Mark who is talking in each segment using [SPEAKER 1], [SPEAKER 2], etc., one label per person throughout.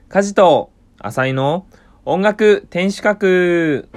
[SPEAKER 1] カジと浅井の音楽天守閣。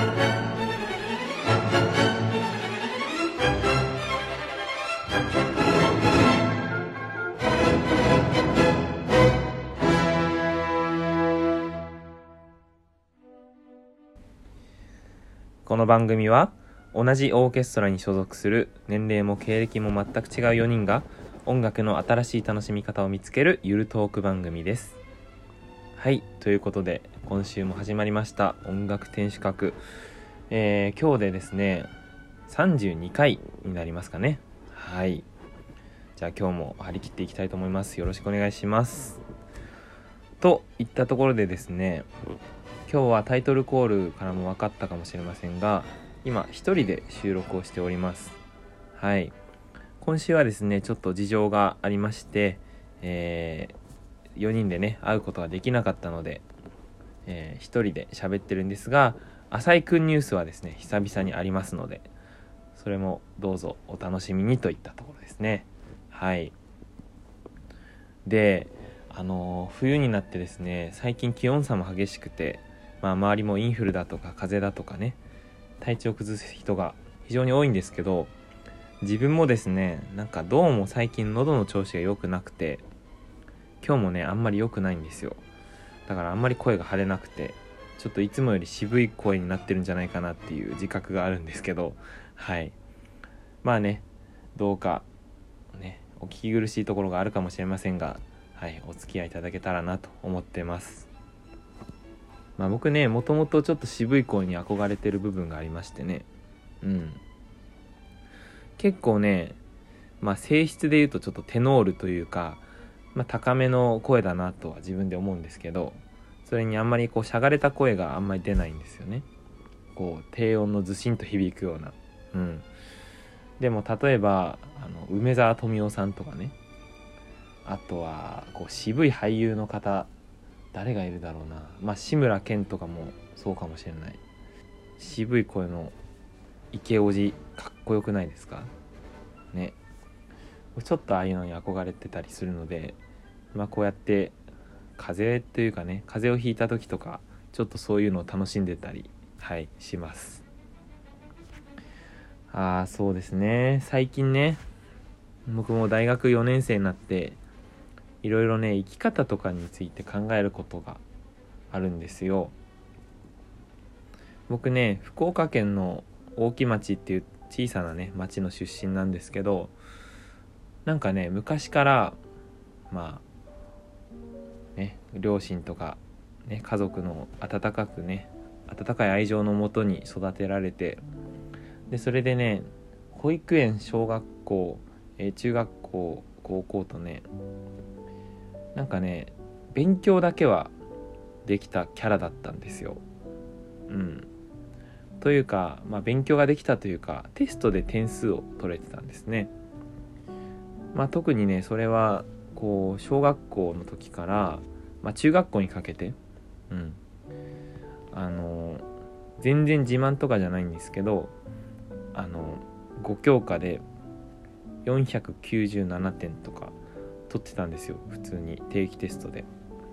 [SPEAKER 1] この番組は同じオーケストラに所属する年齢も経歴も全く違う4人が音楽の新しい楽しみ方を見つけるゆるトーク番組です。はい、ということで今週も始まりました音楽天守閣。今日でですね32回になりますかね。はい、じゃあ今日も張り切っていきたいと思います。よろしくお願いします。といったところでですね、今日はタイトルコールからも分かったかもしれませんが、今一人で収録をしております。はい、今週はですねちょっと事情がありまして、4人でね会うことができなかったので、一人で喋ってるんですが、浅井くんニュースはですね久々にありますので、それもどうぞお楽しみにといったところですね。はい。で、冬になってですね、最近気温差も激しくて、周りもインフルだとか風邪だとかね、体調崩す人が非常に多いんですけど、自分もですねなんかどうも最近喉の調子が良くなくて、今日もねあんまり良くないんですよ。だからあんまり声が張れなくて、ちょっといつもより渋い声になってるんじゃないかなっていう自覚があるんですけど、はい、どうかねお聞き苦しいところがあるかもしれませんが、はい、お付き合いいただけたらなと思ってます。僕ねもともとちょっと渋い声に憧れてる部分がありましてね、結構ね性質で言うとちょっとテノールというか、高めの声だなとは自分で思うんですけど、それにあんまりしゃがれた声があんまり出ないんですよね。低音のずしんと響くような。でも例えば梅沢富美男さんとかね、あとは渋い俳優の方、誰がいるだろうな、志村けんとかもそうかもしれない。渋い声のイケオジかっこよくないですかね。ちょっとああいうのに憧れてたりするので、こうやって風邪というかね、風邪をひいた時とかちょっとそういうのを楽しんでたりします。そうですね、最近ね僕も大学4年生になっていろいろね生き方とかについて考えることがあるんですよ。僕ね福岡県の大木町っていう小さなね町の出身なんですけど、なんかね昔から両親とかね家族の温かい愛情のもとに育てられて、でそれでね保育園、小学校、中学校、高校とねなんかね勉強だけはできたキャラだったんですよ。というか、勉強ができたというかテストで点数を取れてたんですね。特にねそれは小学校の時から、中学校にかけて、全然自慢とかじゃないんですけど、5教科で497点とか取ってたんですよ、普通に定期テストで。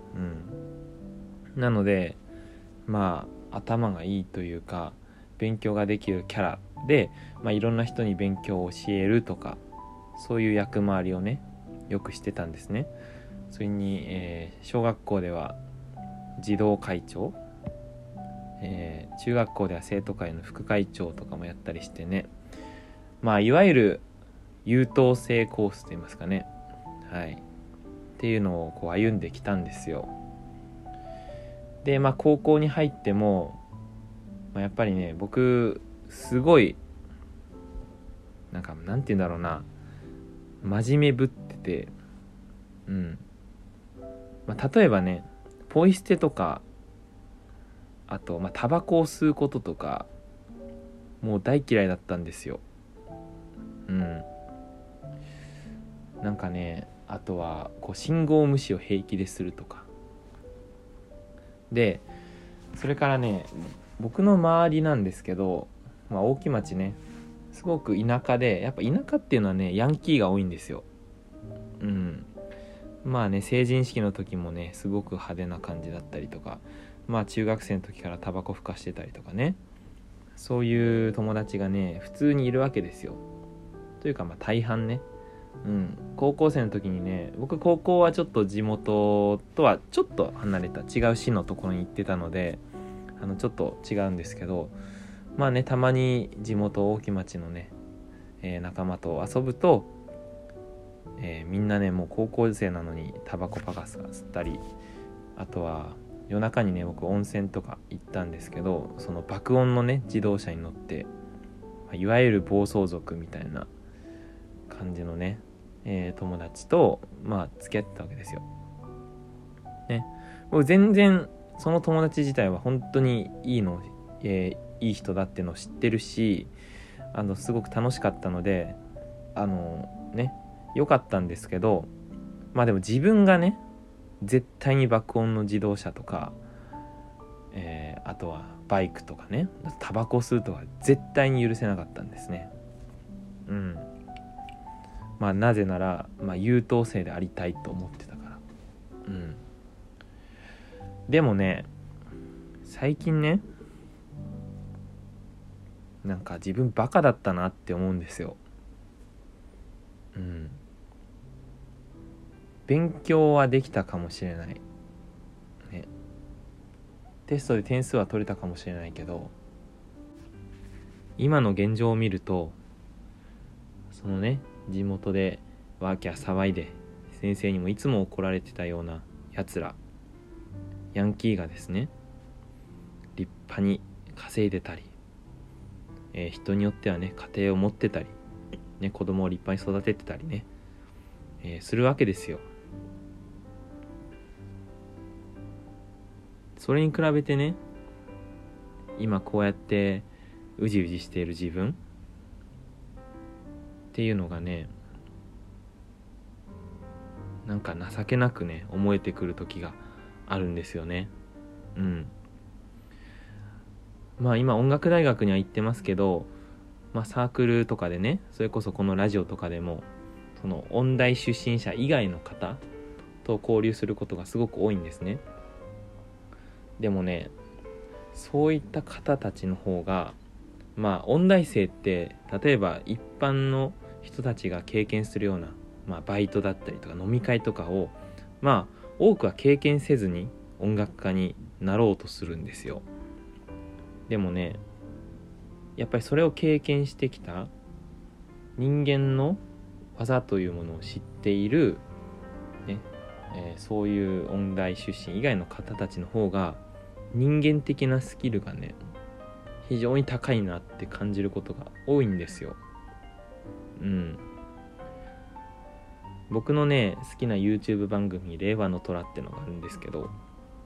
[SPEAKER 1] なので頭がいいというか勉強ができるキャラで、いろんな人に勉強を教えるとかそういう役回りをねよくしてたんですね。それに、小学校では児童会長、中学校では生徒会の副会長とかもやったりしてね、いわゆる優等生コースといいますかね、っていうのを歩んできたんですよ。で高校に入っても、やっぱりね僕すごいなんて言うんだろうな、真面目ぶってて、例えばねポイ捨てとか、あとタバコを吸うこととかもう大嫌いだったんですよ。あとは信号無視を平気でするとかで、それからね僕の周りなんですけど、大木町ねすごく田舎で、やっぱ田舎っていうのはねヤンキーが多いんですよ。 まあね、成人式の時もねすごく派手な感じだったりとか、まあ中学生の時からタバコふかしてたりとかね、そういう友達がね普通にいるわけですよ。というかまあ大半ね。高校生の時にね、僕高校はちょっと地元とはちょっと離れた違う市のところに行ってたので、ちょっと違うんですけど、まあね、たまに地元大木町のね、仲間と遊ぶと、みんなねもう高校生なのにタバコパカスが吸ったり、あとは夜中にね僕温泉とか行ったんですけど、その爆音のね自動車に乗って、いわゆる暴走族みたいな感じのね、友達とまあ付き合ってたわけですよ。ね、僕全然その友達自体は本当にいい人だっていうのを知ってるし、すごく楽しかったので良かったんですけど、まあでも自分がね絶対に爆音の自動車とか、あとはバイクとかね、タバコ吸うとか絶対に許せなかったんですね。まあなぜなら、優等生でありたいと思ってたから。でもね、最近ね、なんか自分バカだったなって思うんですよ。勉強はできたかもしれない、ね、テストで点数は取れたかもしれないけど、今の現状を見ると、そのね地元でワーキャー騒いで先生にもいつも怒られてたようなやつら、ヤンキーがですね立派に稼いでたり、人によってはね家庭を持ってたり、ね、子供を立派に育ててたりね、するわけですよ。それに比べてね、今こうやってうじうじしている自分っていうのがね、なんか情けなくね思えてくる時があるんですよね。まあ今音楽大学には行ってますけど、サークルとかでね、それこそこのラジオとかでもその音大出身者以外の方と交流することがすごく多いんですね。でもね、そういった方たちの方が、音大生って例えば一般の人たちが経験するような、バイトだったりとか飲み会とかを多くは経験せずに音楽家になろうとするんですよ。でもね、やっぱりそれを経験してきた人間の技というものを知っている、ねそういう音大出身以外の方たちの方が人間的なスキルがね非常に高いなって感じることが多いんですよ。僕のね好きな YouTube 番組令和の虎ってのがあるんですけど、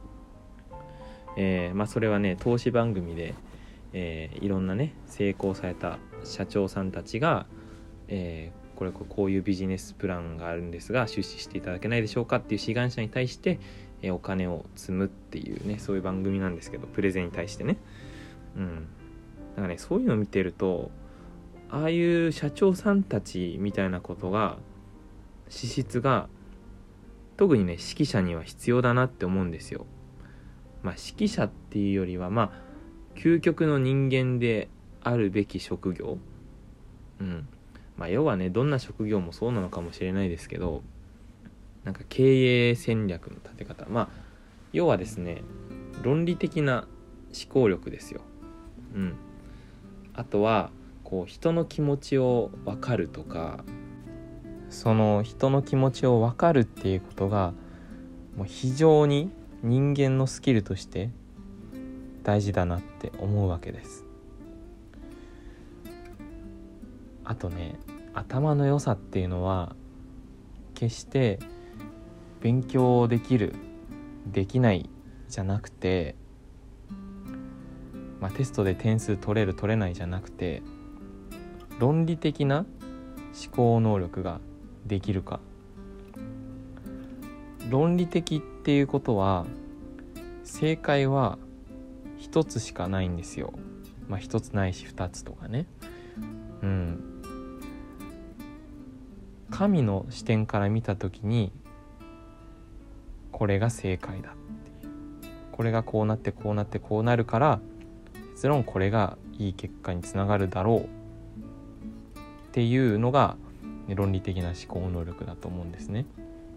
[SPEAKER 1] それはね投資番組で、いろんなね成功された社長さんたちが、こういうビジネスプランがあるんですが出資していただけないでしょうかっていう志願者に対して、お金を積むっていうねそういう番組なんですけど、プレゼンに対してね。だからね、そういうのを見てると、ああいう社長さんたちみたいなことが資質が特にね指揮者には必要だなって思うんですよ。指揮者っていうよりは究極の人間であるべき職業。要はねどんな職業もそうなのかもしれないですけど、なんか経営戦略の立て方、要はですね論理的な思考力ですよ。あとはこう人の気持ちを分かるとか、その人の気持ちを分かるっていうことがもう非常に人間のスキルとして大事だなって思うわけです。あとね、頭の良さっていうのは決して勉強できるできないじゃなくて、テストで点数取れる取れないじゃなくて、論理的な思考能力ができるか。論理的っていうことは正解は一つしかないんですよ。一つないし二つとかね。神の視点から見たときにこれが正解だっていう、これがこうなってこうなってこうなるから結論これがいい結果につながるだろうっていうのが論理的な思考能力だと思うんですね。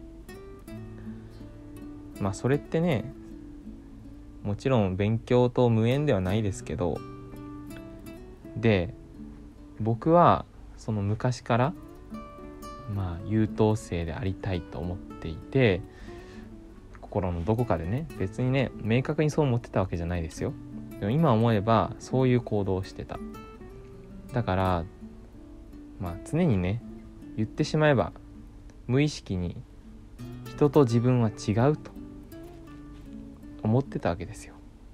[SPEAKER 1] まあそれってね、もちろん勉強と無縁ではないですけど、で僕はその昔から優等生でありたいと思っていて、心のどこかでね、別にね明確にそう思ってたわけじゃないですよ。でも今思えばそういう行動をしてた。だから常にね、言ってしまえば無意識に人と自分は違うと思ってたわけですよ。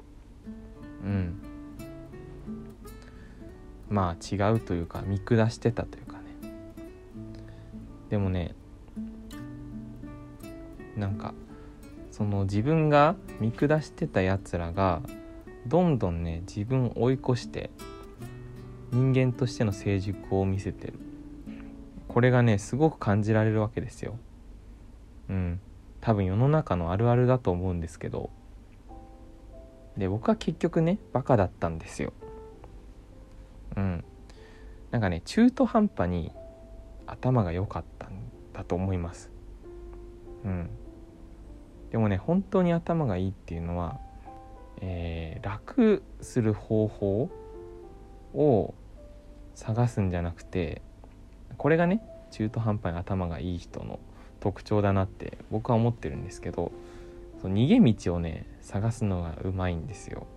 [SPEAKER 1] 違うというか見下してたというかね。でもね、その自分が見下してたやつらがどんどんね自分を追い越して人間としての成熟を見せてる。これがねすごく感じられるわけですよ。多分世の中のあるあるだと思うんですけど、で僕は結局ねバカだったんですよ。中途半端に頭が良かったんだと思います。でもね、本当に頭がいいっていうのは、楽する方法を探すんじゃなくて、これがね中途半端に頭がいい人の特徴だなって僕は思ってるんですけど、その逃げ道をね探すのがうまいんですよ。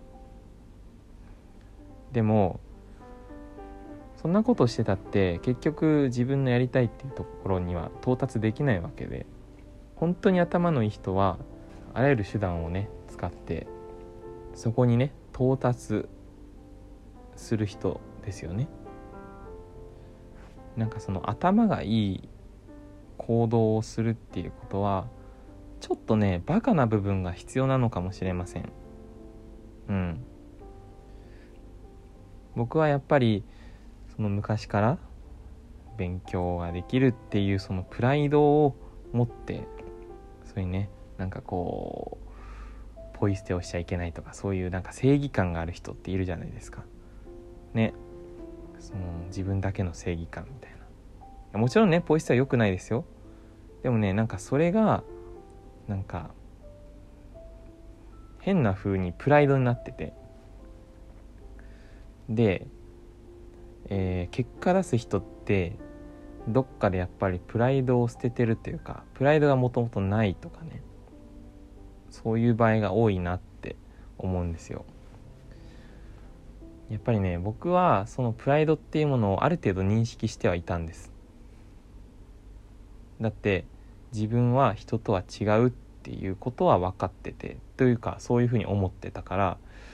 [SPEAKER 1] でもそんなことをしてたって結局自分のやりたいっていうところには到達できないわけで、本当に頭のいい人はあらゆる手段をね使ってそこにね到達する人ですよね。その頭がいい行動をするっていうことはちょっとねバカな部分が必要なのかもしれません。僕はやっぱりその昔から勉強ができるっていうそのプライドを持って、そういうねポイ捨てをしちゃいけないとか、そういう正義感がある人っているじゃないですかね。その自分だけの正義感みたいな。もちろんねポイ捨ては良くないですよ。でもねそれが変な風にプライドになってて、で、結果出す人ってどっかでやっぱりプライドを捨ててるというか、プライドがもともとないとかね、そういう場合が多いなって思うんですよ。やっぱりね僕はそのプライドっていうものをある程度認識してはいたんです。だって自分は人とは違うっていうことは分かってて、というかそういうふうに思ってたから、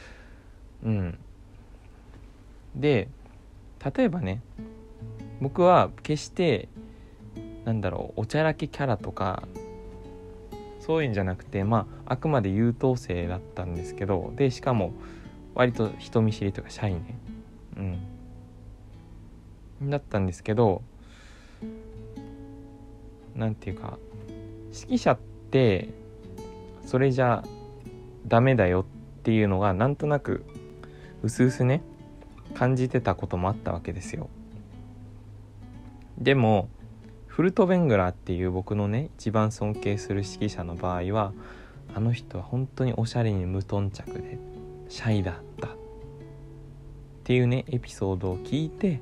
[SPEAKER 1] で例えばね、僕は決しておちゃらけキャラとかそういうんじゃなくて、あくまで優等生だったんですけど、でしかも割と人見知りとかシャイね、だったんですけど、指揮者ってそれじゃダメだよっていうのがなんとなくうすうすね感じてたこともあったわけですよ。でもフルトベングラーっていう僕のね一番尊敬する指揮者の場合は、あの人は本当におしゃれに無頓着でシャイだったっていうねエピソードを聞いて、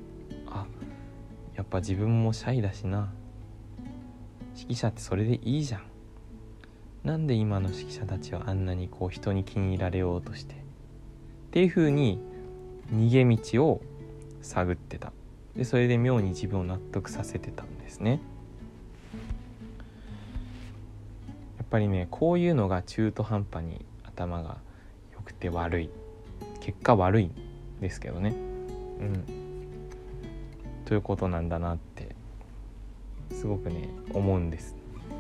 [SPEAKER 1] やっぱ自分もシャイだしな、指揮者ってそれでいいじゃん、なんで今の指揮者たちはあんなに人に気に入られようとしてっていう風に逃げ道を探ってた。でそれで妙に自分を納得させてたんですね。やっぱりねこういうのが中途半端に頭が良くて悪い、結果悪いんですけどね、ということなんだなってすごくね思うんです。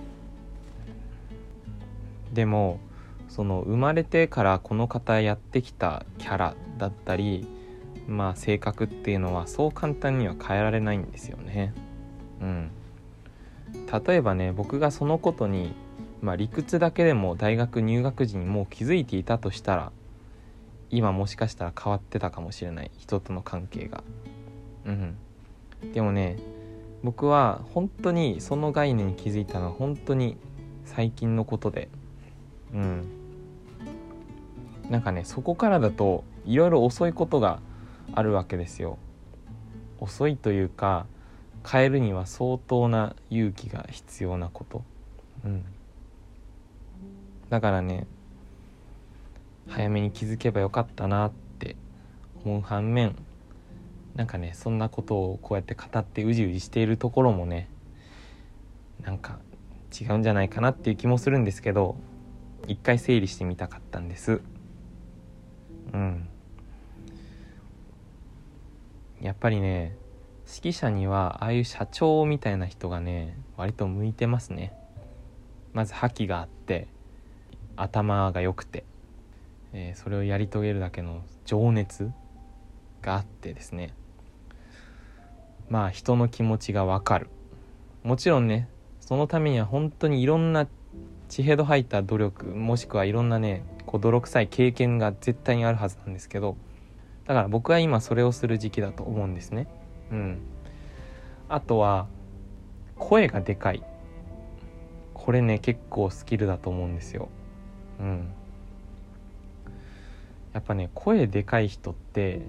[SPEAKER 1] でもその生まれてからこの方やってきたキャラだったり性格っていうのはそう簡単には変えられないんですよね。例えばね僕がそのことに理屈だけでも大学入学時にもう気づいていたとしたら、今もしかしたら変わってたかもしれない、人との関係が。でもね、僕は本当にその概念に気づいたのは本当に最近のことで、なんかね、そこからだといろいろ遅いことがあるわけですよ。遅いというか、変えるには相当な勇気が必要なこと。だからね、早めに気づけばよかったなって思う反面、なんかね、そんなことをこうやって語ってうじうじしているところもね、なんか違うんじゃないかなっていう気もするんですけど、一回整理してみたかったんです。やっぱりね、指揮者にはああいう社長みたいな人がね、割と向いてますね。まず覇気があって、頭が良くて、それをやり遂げるだけの情熱があってですね、人の気持ちが分かる。もちろんね、そのためには本当にいろんな血へど吐いた努力、もしくはいろんなね、泥臭い経験が絶対にあるはずなんですけど、だから僕は今それをする時期だと思うんですね。あとは声がでかい。これね、結構スキルだと思うんですよ。やっぱね、声でかい人って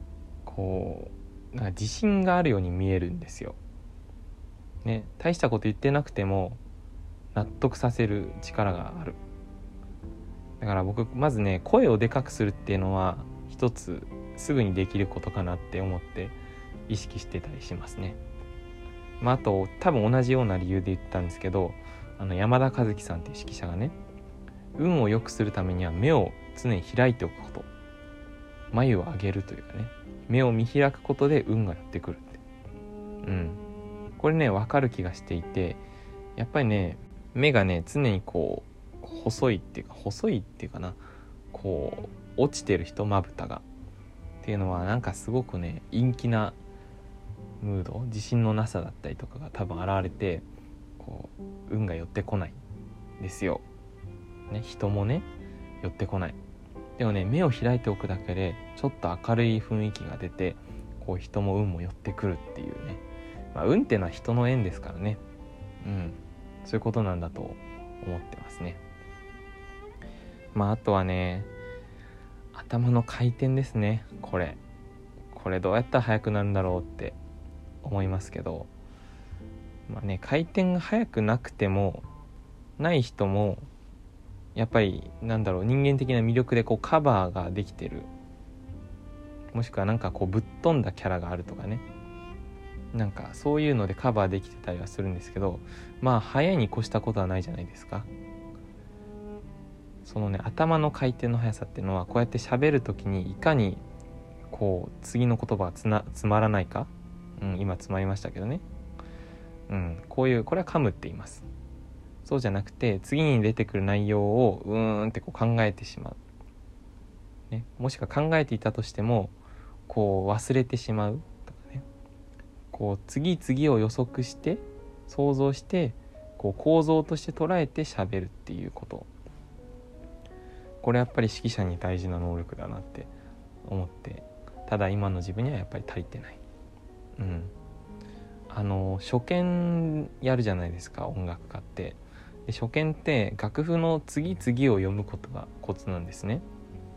[SPEAKER 1] なんか自信があるように見えるんですよ。ね、大したこと言ってなくても納得させる力がある。だから僕まずね、声をでかくするっていうのは一つすぐにできることかなって思って意識してたりしますね。あと多分同じような理由で言ったんですけど、山田和樹さんっていう指揮者がね、運を良くするためには目を常に開いておくこと、眉を上げるというかね、目を見開くことで運がやってくるって。これね、分かる気がしていて、やっぱりね、目がね、常に細いっていうかな、落ちてる人、まぶたがっていうのは、なんかすごくね、陰気なムード、自信のなさだったりとかが多分現れて、運が寄ってこないんですよ。ね、人もね、寄ってこない。でもね、目を開いておくだけでちょっと明るい雰囲気が出て、人も運も寄ってくるっていうね。運ってのは人の縁ですからね。そういうことなんだと思ってますね。あとはね、頭の回転ですね。これどうやったら速くなるんだろうって思いますけど、回転が速くなくてもない人もやっぱり人間的な魅力でカバーができてる、もしくはぶっ飛んだキャラがあるとかね、そういうのでカバーできてたりはするんですけど、速いに越したことはないじゃないですか。そのね、頭の回転の速さっていうのは、こうやって喋るときにいかに次の言葉がつまらないか、今つまりましたけどね、これは噛むって言います。そうじゃなくて、次に出てくる内容をって考えてしまう、ね、もしくは考えていたとしても忘れてしまうとかね、次々を予測して想像して構造として捉えて喋るっていうこと、これやっぱり指揮者に大事な能力だなって思って、ただ今の自分にはやっぱり足りてない。初見やるじゃないですか、音楽家って。で、初見って楽譜の次々を読むことがコツなんですね。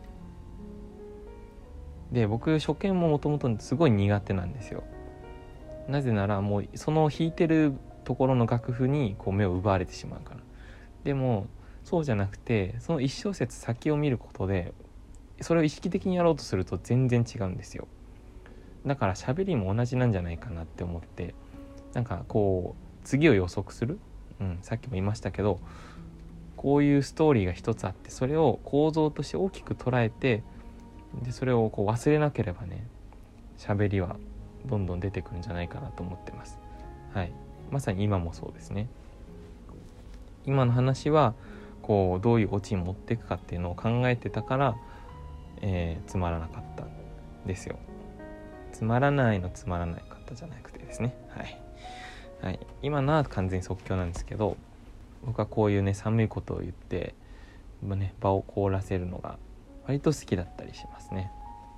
[SPEAKER 1] で、僕初見ももともとすごい苦手なんですよ。なぜならもうその弾いてるところの楽譜に目を奪われてしまうから。でもそうじゃなくて、その一小節先を見ることで、それを意識的にやろうとすると全然違うんですよ。だから喋りも同じなんじゃないかなって思って、次を予測する、さっきも言いましたけど、こういうストーリーが一つあって、それを構造として大きく捉えて、でそれを忘れなければね、喋りはどんどん出てくるんじゃないかなと思ってます。まさに今もそうですね。今の話はどういうオチに持っていくかっていうのを考えてたから、つまらなかったんですよ。つまらないかったじゃなくてですね。今のは完全に即興なんですけど、 僕はこういうね寒いことを言って、場を凍らせるのが割と好きだったりしますね。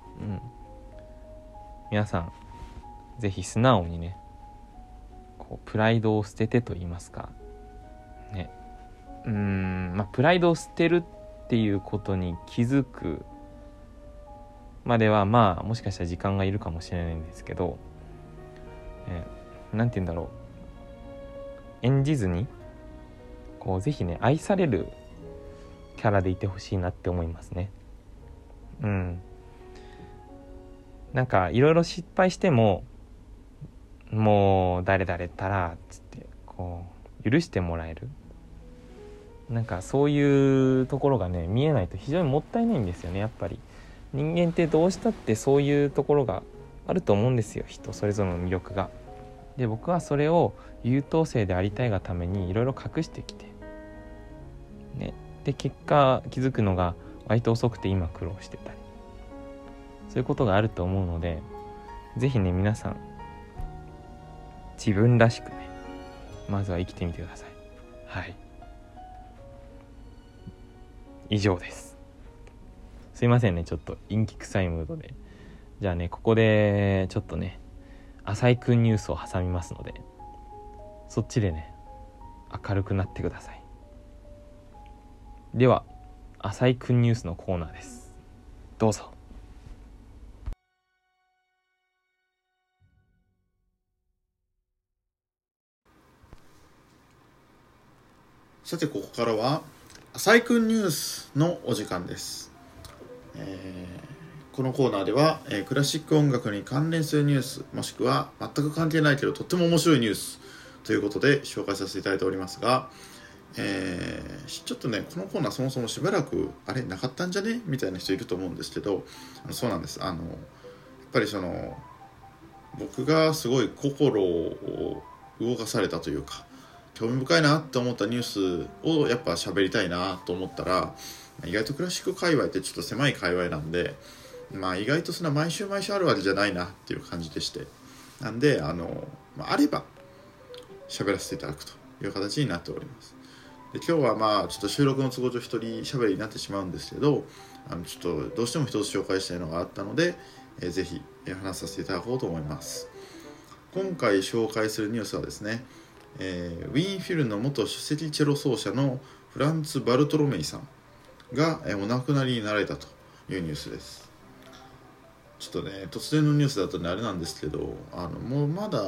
[SPEAKER 1] 皆さんぜひ素直にねこうプライドを捨ててと言いますかね、プライドを捨てるっていうことに気づくまではもしかしたら時間がいるかもしれないんですけど、なんて言うんだろう、演じずにこうぜひね愛されるキャラでいてほしいなって思いますね。なんかいろいろ失敗してももう誰々ったらっつってこう許してもらえる、なんかそういうところがね見えないと非常にもったいないんですよね。やっぱり人間ってどうしたってそういうところがあると思うんですよ、人それぞれの魅力が。で僕はそれを優等生でありたいがためにいろいろ隠してきてね、で結果気づくのが割と遅くて今苦労してたり、そういうことがあると思うので、ぜひね皆さん自分らしくねまずは生きてみてください。はい、以上です。すいませんね、ちょっと陰気臭いムードで。じゃあねここでちょっとね浅井くんニュースを挟みますので、そっちでね明るくなってください。では浅井くんニュースのコーナーです。どうぞ。
[SPEAKER 2] さてここからは浅井くんニュースのお時間です。このコーナーでは、クラシック音楽に関連するニュース、もしくは全く関係ないけどとっても面白いニュースということで紹介させていただいておりますが、ちょっとねこのコーナーそもそもしばらくなかったんじゃねみたいな人いると思うんですけど、そうなんです。やっぱり僕がすごい心を動かされたというか興味深いなって思ったニュースをやっぱ喋りたいなと思ったら、意外とクラシック界隈ってちょっと狭い界隈なんで、意外とそんな毎週毎週あるわけじゃないなっていう感じでして、なんであれば喋らせていただくという形になっております。で今日はちょっと収録の都合上一人喋りになってしまうんですけど、ちょっとどうしても一つ紹介したいのがあったので、ぜひ話させていただこうと思います。今回紹介するニュースはですね、ウィーンフィルの元首席チェロ奏者のフランツ・バルトロメイさんがお亡くなりになられたというニュースです。ちょっとね突然のニュースだとねあれなんですけど、もうまだ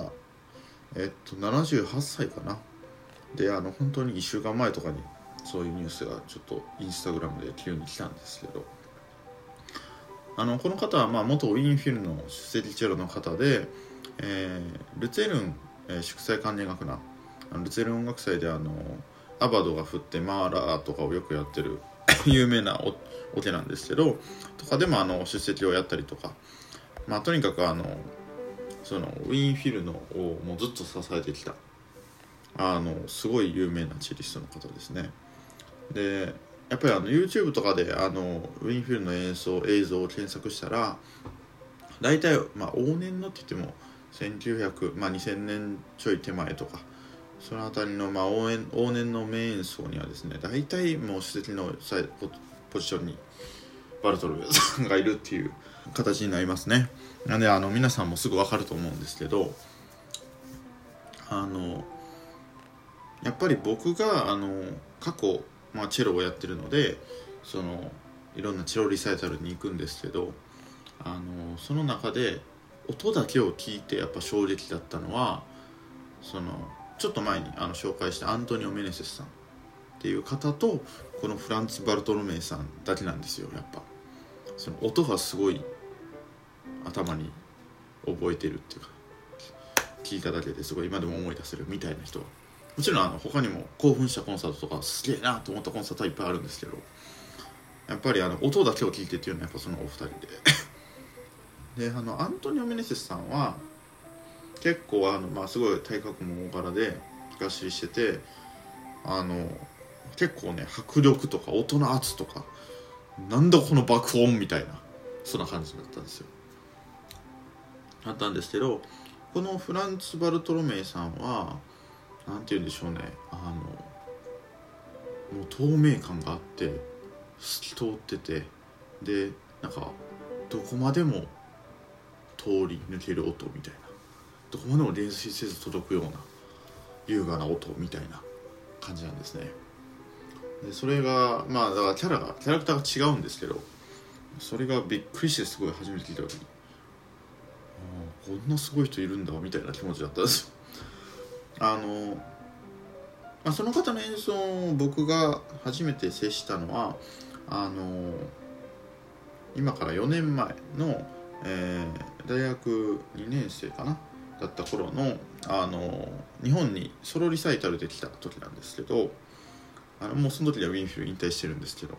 [SPEAKER 2] 78歳かな。で本当に1週間前とかにそういうニュースがちょっとインスタグラムで急に来たんですけど、この方は元ウィーンフィルの首席チェロの方で、ルツェルン、祝祭関連楽団、ルツェルン音楽祭でアバドが振ってマーラーとかをよくやってる有名なオケなんですけどとかでも出席をやったりとか、とにかくそのウィーンフィルノをもうずっと支えてきたすごい有名なチェリストの方ですね。でやっぱりYouTube とかでウィーンフィルの映像を検索したら大体往年のって言っても2000年ちょい手前とかそのあたりの往年の名演奏にはですね大体もう首席のポジションにバルトルさんがいるっていう形になりますね。なんで皆さんもすぐ分かると思うんですけど、やっぱり僕が過去、チェロをやってるのでいろんなチェロリサイタルに行くんですけど、その中で音だけを聞いてやっぱ衝撃だったのはちょっと前に紹介したアントニオ・メネセスさんっていう方とこのフランツ・バルトロメイさんだけなんですよ。やっぱその音がすごい頭に覚えてるっていうか聞いただけですごい今でも思い出せるみたいな人はもちろん他にも興奮したコンサートとかすげえなと思ったコンサートはいっぱいあるんですけど、やっぱり音だけを聞いてっていうのはやっぱそのお二人ででアントニオ・メネセスさんは結構すごい体格も大柄でがっしりしてて結構ね迫力とか音の圧とかなんだこの爆音みたいなそんな感じだったんですよ。あったんですけど、このフランツ・バルトロメイさんはなんて言うんでしょうね、 もう透明感があって透き通ってて、でなんかどこまでも通り抜ける音みたいな、どこまでも練習せず届くような優雅な音みたいな感じなんですね。でそれがまあだからキャラクターが違うんですけど、それがびっくりして、すごい初めて聞いた時にこんなすごい人いるんだみたいな気持ちだったんですよ。その方の演奏を僕が初めて接したのは今から4年前の、大学2年生かなだった頃の、日本にソロリサイタルで来た時なんですけど、もうその時はウィンフィル引退してるんですけど、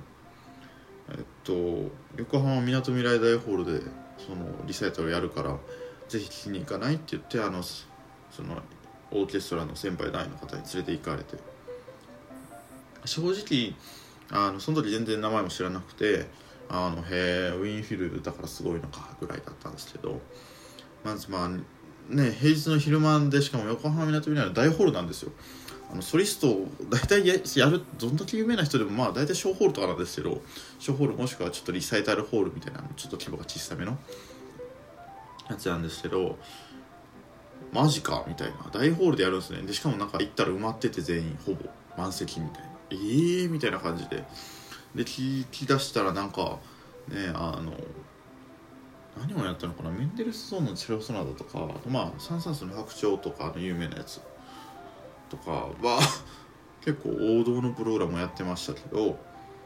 [SPEAKER 2] 横浜みなとみらい大ホールでそのリサイタルをやるからぜひ聴きに行かないって言って、そのオーケストラの先輩団員の方に連れて行かれて、正直その時全然名前も知らなくて、へえウィンフィルだからすごいのかぐらいだったんですけど、まず平日の昼間で、しかも横浜みなとみらいの大ホールなんですよ。ソリストを大体やる、どんだけ有名な人でも大体小ホールとかなんですけど、小ホールもしくはちょっとリサイタルホールみたいなちょっと規模が小さめのやつなんですけど、マジかみたいな、大ホールでやるんですね。でしかもなんか行ったら埋まってて全員ほぼ満席みたいな、みたいな感じで聞き出したらなんかね何をやったのかな、メンデルスゾーンのチェロソナタとか、あとサン・サンスの白鳥とか有名なやつとかは結構王道のプログラムをやってましたけど、もう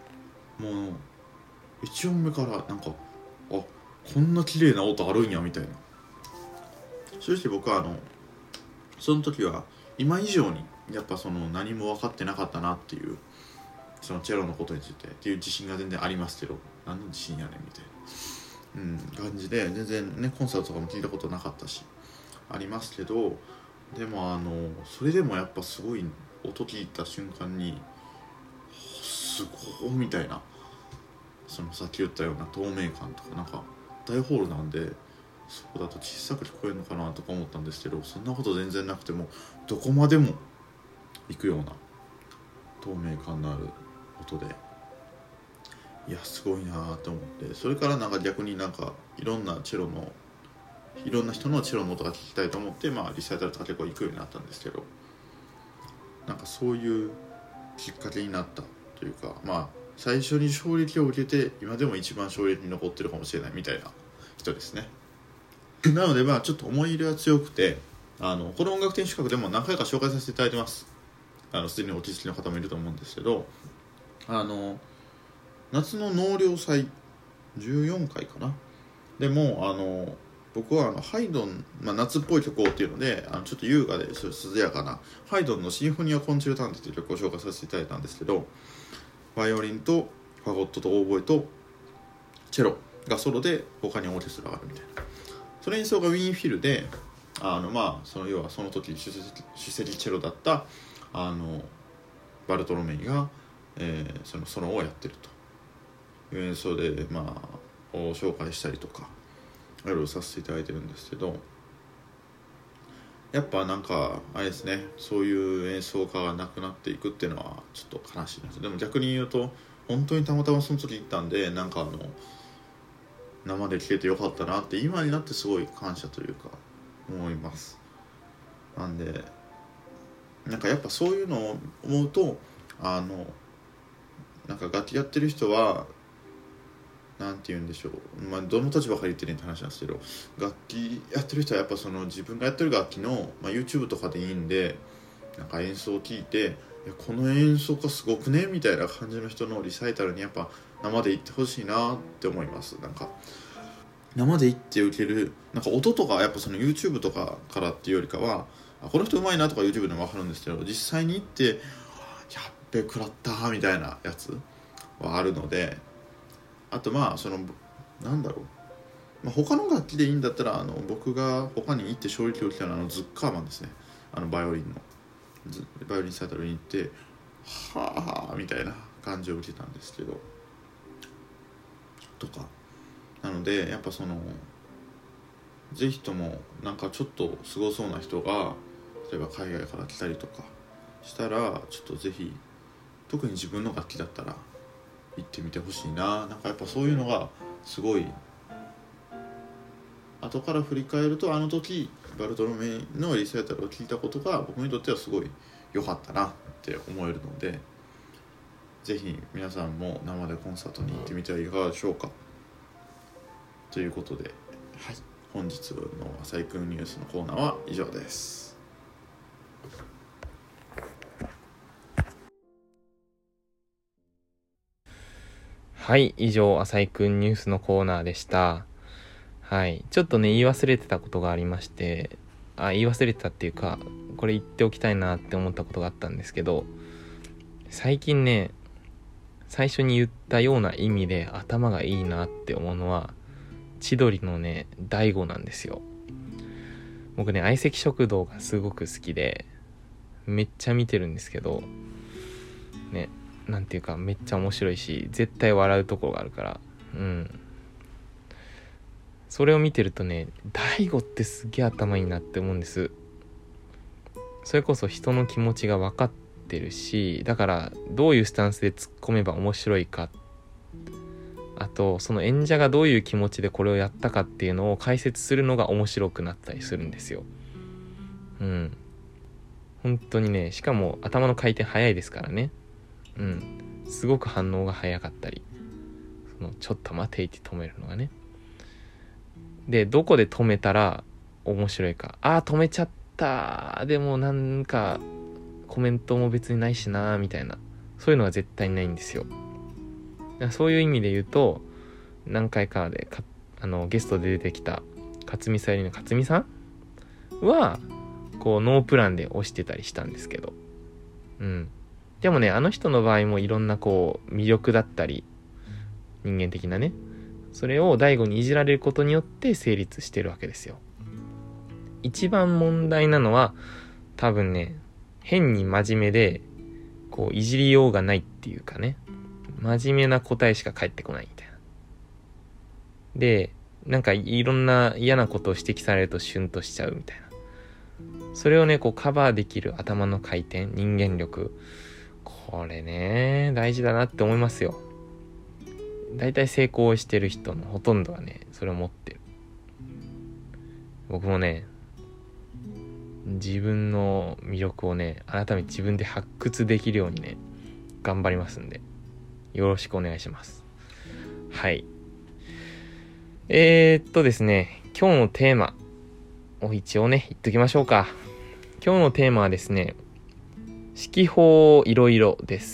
[SPEAKER 2] 1音目からなんかこんな綺麗な音あるんやみたいな。正直僕はその時は今以上にやっぱ何も分かってなかったなっていう、そのチェロのことについてっていう自信が全然ありますけど、何の自信やねんみたいな、感じで全然ねコンサートとかも聞いたことなかったしありますけど、でもそれでもやっぱすごい音聞いた瞬間にすごいみたいな、そのさっき言ったような透明感とか、なんか大ホールなんでそこだと小さく聞こえるのかなとか思ったんですけど、そんなこと全然なくてもどこまでも行くような透明感のある音で、いやすごいなと思って、それからなんか逆になんかいろんな人のチェロの音が聞きたいと思って、リサイタルとか結構行くようになったんですけど、なんかそういうきっかけになったというか、最初に衝撃を受けて今でも一番衝撃に残ってるかもしれないみたいな人ですね。なのでちょっと思い入れは強くて、この音楽天守閣でも何回か紹介させていただいてます。すでにお気づきの方もいると思うんですけど、夏の納涼祭14回かなでも僕はハイドン、夏っぽい曲をっていうのでちょっと優雅で涼やかなハイドンのシンフォニア・コンチェルタンテという曲を紹介させていただいたんですけど、バイオリンとファゴットとオーボエとチェロがソロで他にオーケストラがあるみたいな、その演奏がウィーンフィルで要はその時首席チェロだったバルトロメイが、そのソロをやってるという演奏でを紹介したりとかいろいろさせていただいてるんですけど、やっぱなんかあれですね、そういう演奏家がなくなっていくっていうのはちょっと悲しいんです。でも逆に言うと本当にたまたまその時行ったんで、なんか生で聴けてよかったなって今になってすごい感謝というか思います。なんでなんかやっぱそういうのを思うとなんか楽器やってる人はなんて言うんでしょう、どの立場から言ってるって話なんですけど、楽器やってる人はやっぱその自分がやってる楽器の、YouTube とかでいいんで、なんか演奏を聞いてこの演奏家すごくねみたいな感じの人のリサイタルにやっぱ生で行ってほしいなって思います。なんか生で行って受けるなんか音とかやっぱその YouTube とかからっていうよりかはこの人うまいなとか YouTube でも分かるんですけど、実際に行ってやっべ食らったみたいなやつはあるので、あとなんだろう、他の楽器でいいんだったら僕が他に行って衝撃を受けたのはズッカーマンですね。バイオリンサイタルに行ってはぁみたいな感じを受けたんですけどとかなので、やっぱぜひともなんかちょっとすごそうな人が例えば海外から来たりとかしたらちょっとぜひ特に自分の楽器だったら行ってみてほしいな。なんかやっぱそういうのがすごい後から振り返ると、あの時バルトロメイのリサイタルを聞いたことが僕にとってはすごい良かったなって思えるので、ぜひ皆さんも生でコンサートに行ってみてはいかがでしょうか。ということで、はい、本日の浅井くんニュースのコーナーは以上です。
[SPEAKER 1] はい、以上浅井くんニュースのコーナーでした。はい、ちょっとね言い忘れてたことがありまして、言い忘れてたっていうか、これ言っておきたいなって思ったことがあったんですけど、最近ね、最初に言ったような意味で頭がいいなって思うのは千鳥のね大悟なんですよ。僕ね相席食堂がすごく好きでめっちゃ見てるんですけどね、なんていうかめっちゃ面白いし絶対笑うところがあるから、それを見てるとね、大悟ってすげえ頭いいなって思うんです。それこそ人の気持ちが分かってるし、だからどういうスタンスで突っ込めば面白いか、あとその演者がどういう気持ちでこれをやったかっていうのを解説するのが面白くなったりするんですよ。本当にね、しかも頭の回転早いですからね。すごく反応が早かったり、そのちょっと待ていって止めるのがね。でどこで止めたら面白いか、止めちゃった、でもなんかコメントも別にないしなみたいな、そういうのは絶対ないんですよ。そういう意味で言うと、何回かでゲストで出てきた勝見さゆりの勝見さんはこうノープランで押してたりしたんですけど、でもね、あの人の場合もいろんなこう魅力だったり人間的なね、それを大悟にいじられることによって成立してるわけですよ。一番問題なのは多分ね、変に真面目でこういじりようがないっていうかね、真面目な答えしか返ってこないみたいな。で、なんかいろんな嫌なことを指摘されるとシュンとしちゃうみたいな。それをねこうカバーできる頭の回転、人間力、これね大事だなって思いますよ。だいたい成功してる人のほとんどはねそれを持ってる。僕もね自分の魅力をね改めて自分で発掘できるようにね頑張りますんで、よろしくお願いします。はい。ですね、今日のテーマを一応ね言っときましょうか。今日のテーマはですね、指揮法いろいろです。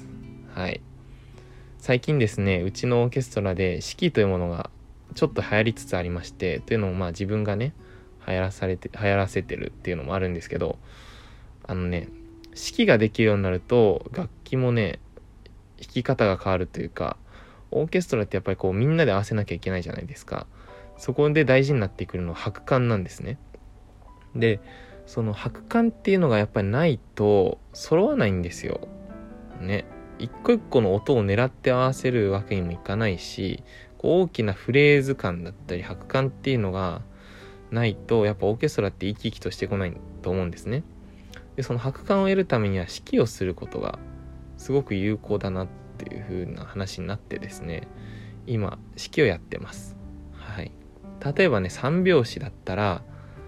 [SPEAKER 1] はい。最近ですね、うちのオーケストラで指揮というものがちょっと流行りつつありまして、というのも自分がね流行らせてるっていうのもあるんですけど、指揮ができるようになると楽器もね弾き方が変わるというか、オーケストラってやっぱりこうみんなで合わせなきゃいけないじゃないですか。そこで大事になってくるのは拍感なんですね。で、その拍感っていうのがやっぱりないと揃わないんですよね。一個一個の音を狙って合わせるわけにもいかないし、こう大きなフレーズ感だったり拍感っていうのがないとやっぱオーケストラって生き生きとしてこないと思うんですね。で、その拍感を得るためには指揮をすることがすごく有効だなっていう風な話になってですね、今指揮をやってます。はい。例えばね、3拍子だったら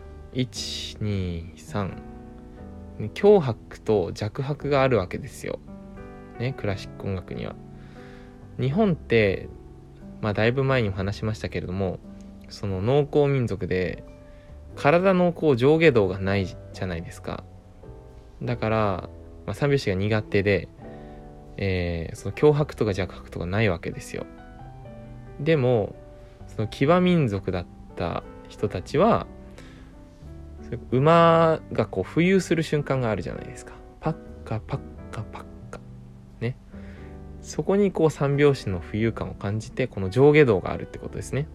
[SPEAKER 1] 1、2、3、強拍と弱拍があるわけですよね、クラシック音楽には。日本ってだいぶ前にも話しましたけれども、その農耕民族で体のこう上下動がないじゃないですか。だから、3拍子が苦手で、その強拍とか弱拍とかないわけですよ。でもその騎馬民族だった人たちは馬がこう浮遊する瞬間があるじゃないですか。パッカパッカパッカね。そこにこう3拍子の浮遊感を感じて、この上下動があるってことですね。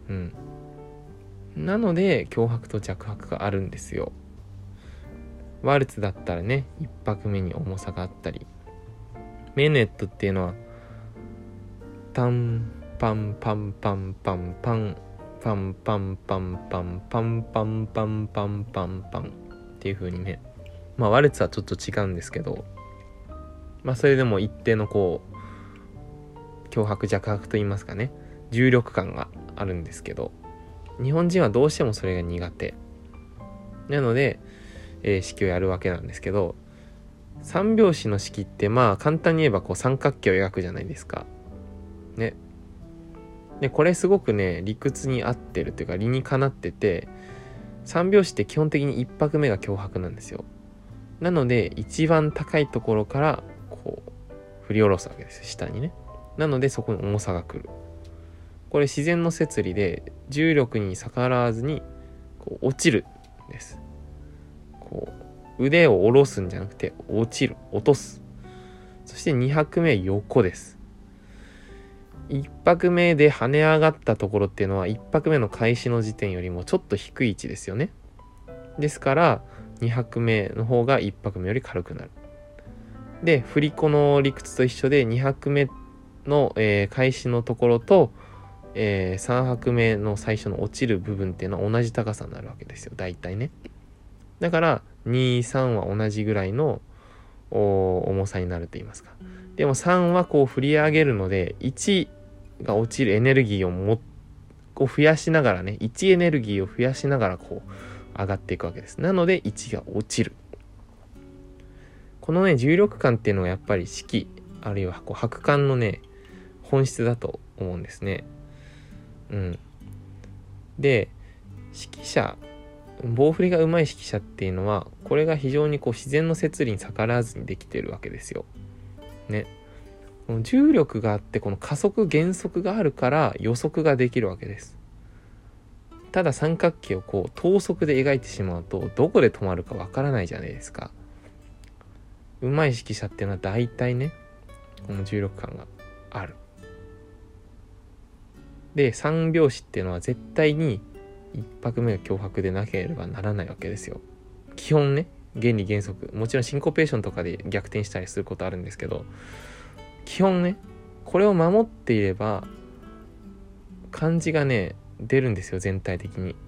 [SPEAKER 1] なので強拍と弱拍があるんですよ。ワルツだったらね、1拍目に重さがあったり、メネットっていうのはタンパンパンパンパンパンパンパンパンパンパンパンパンパンパンパンっていう風にね、ワルツはちょっと違うんですけど、 それでも一定のこう強迫弱迫といいますかね、重力感があるんですけど、日本人はどうしてもそれが苦手なので、式をやるわけなんですけど、三拍子の式って簡単に言えばこう三角形を描くじゃないですかね。でこれすごくね理屈に合ってるというか理にかなってて、三拍子って基本的に一拍目が強迫なんですよ。なので一番高いところからこう振り下ろすわけです、下にね。なのでそこに重さが来る。これ自然の摂理で重力に逆らわずにこう落ちるんです。こう腕を下ろすんじゃなくて落ちる、落とす。そして2拍目は横です。1拍目で跳ね上がったところっていうのは1拍目の開始の時点よりもちょっと低い位置ですよね。ですから2拍目の方が1拍目より軽くなる。で振り子の理屈と一緒で2拍目の、開始のところと、3拍目の最初の落ちる部分っていうのは同じ高さになるわけですよ、大体ね。だから2、3は同じぐらいの重さになると言いますか。でも3はこう振り上げるので1が落ちるエネルギーをこう増やしながらね、1エネルギーを増やしながらこう上がっていくわけです。なので1が落ちる。このね重力感っていうのがやっぱり式あるいはこう拍感のね本質だと思うんですね。で指揮者、棒振りが上手い指揮者っていうのはこれが非常にこう自然の摂理に逆らわずにできてるわけですよね。この重力があってこの加速減速があるから予測ができるわけです。ただ三角形をこう等速で描いてしまうとどこで止まるかわからないじゃないですか。上手い指揮者っていうのは大体ねこの重力感がある。で三拍子っていうのは絶対に一拍目が強迫でなければならないわけですよ。基本ね、原理原則、もちろんシンコペーションとかで逆転したりすることあるんですけど、基本ねこれを守っていれば感じがね出るんですよ、全体的に。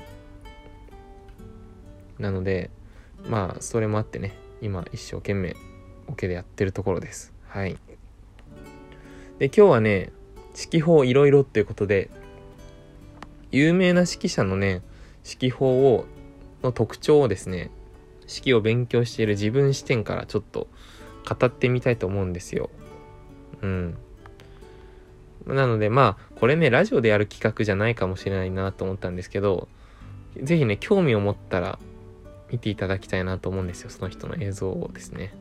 [SPEAKER 1] なのでそれもあってね今一生懸命オケでやってるところです。はい。で今日はね指揮法いろいろっていうことで有名な指揮者のね指揮法の特徴をですね、指揮を勉強している自分視点からちょっと語ってみたいと思うんですよ。なのでこれねラジオでやる企画じゃないかもしれないなと思ったんですけど、ぜひね興味を持ったら見ていただきたいなと思うんですよ、その人の映像をですね。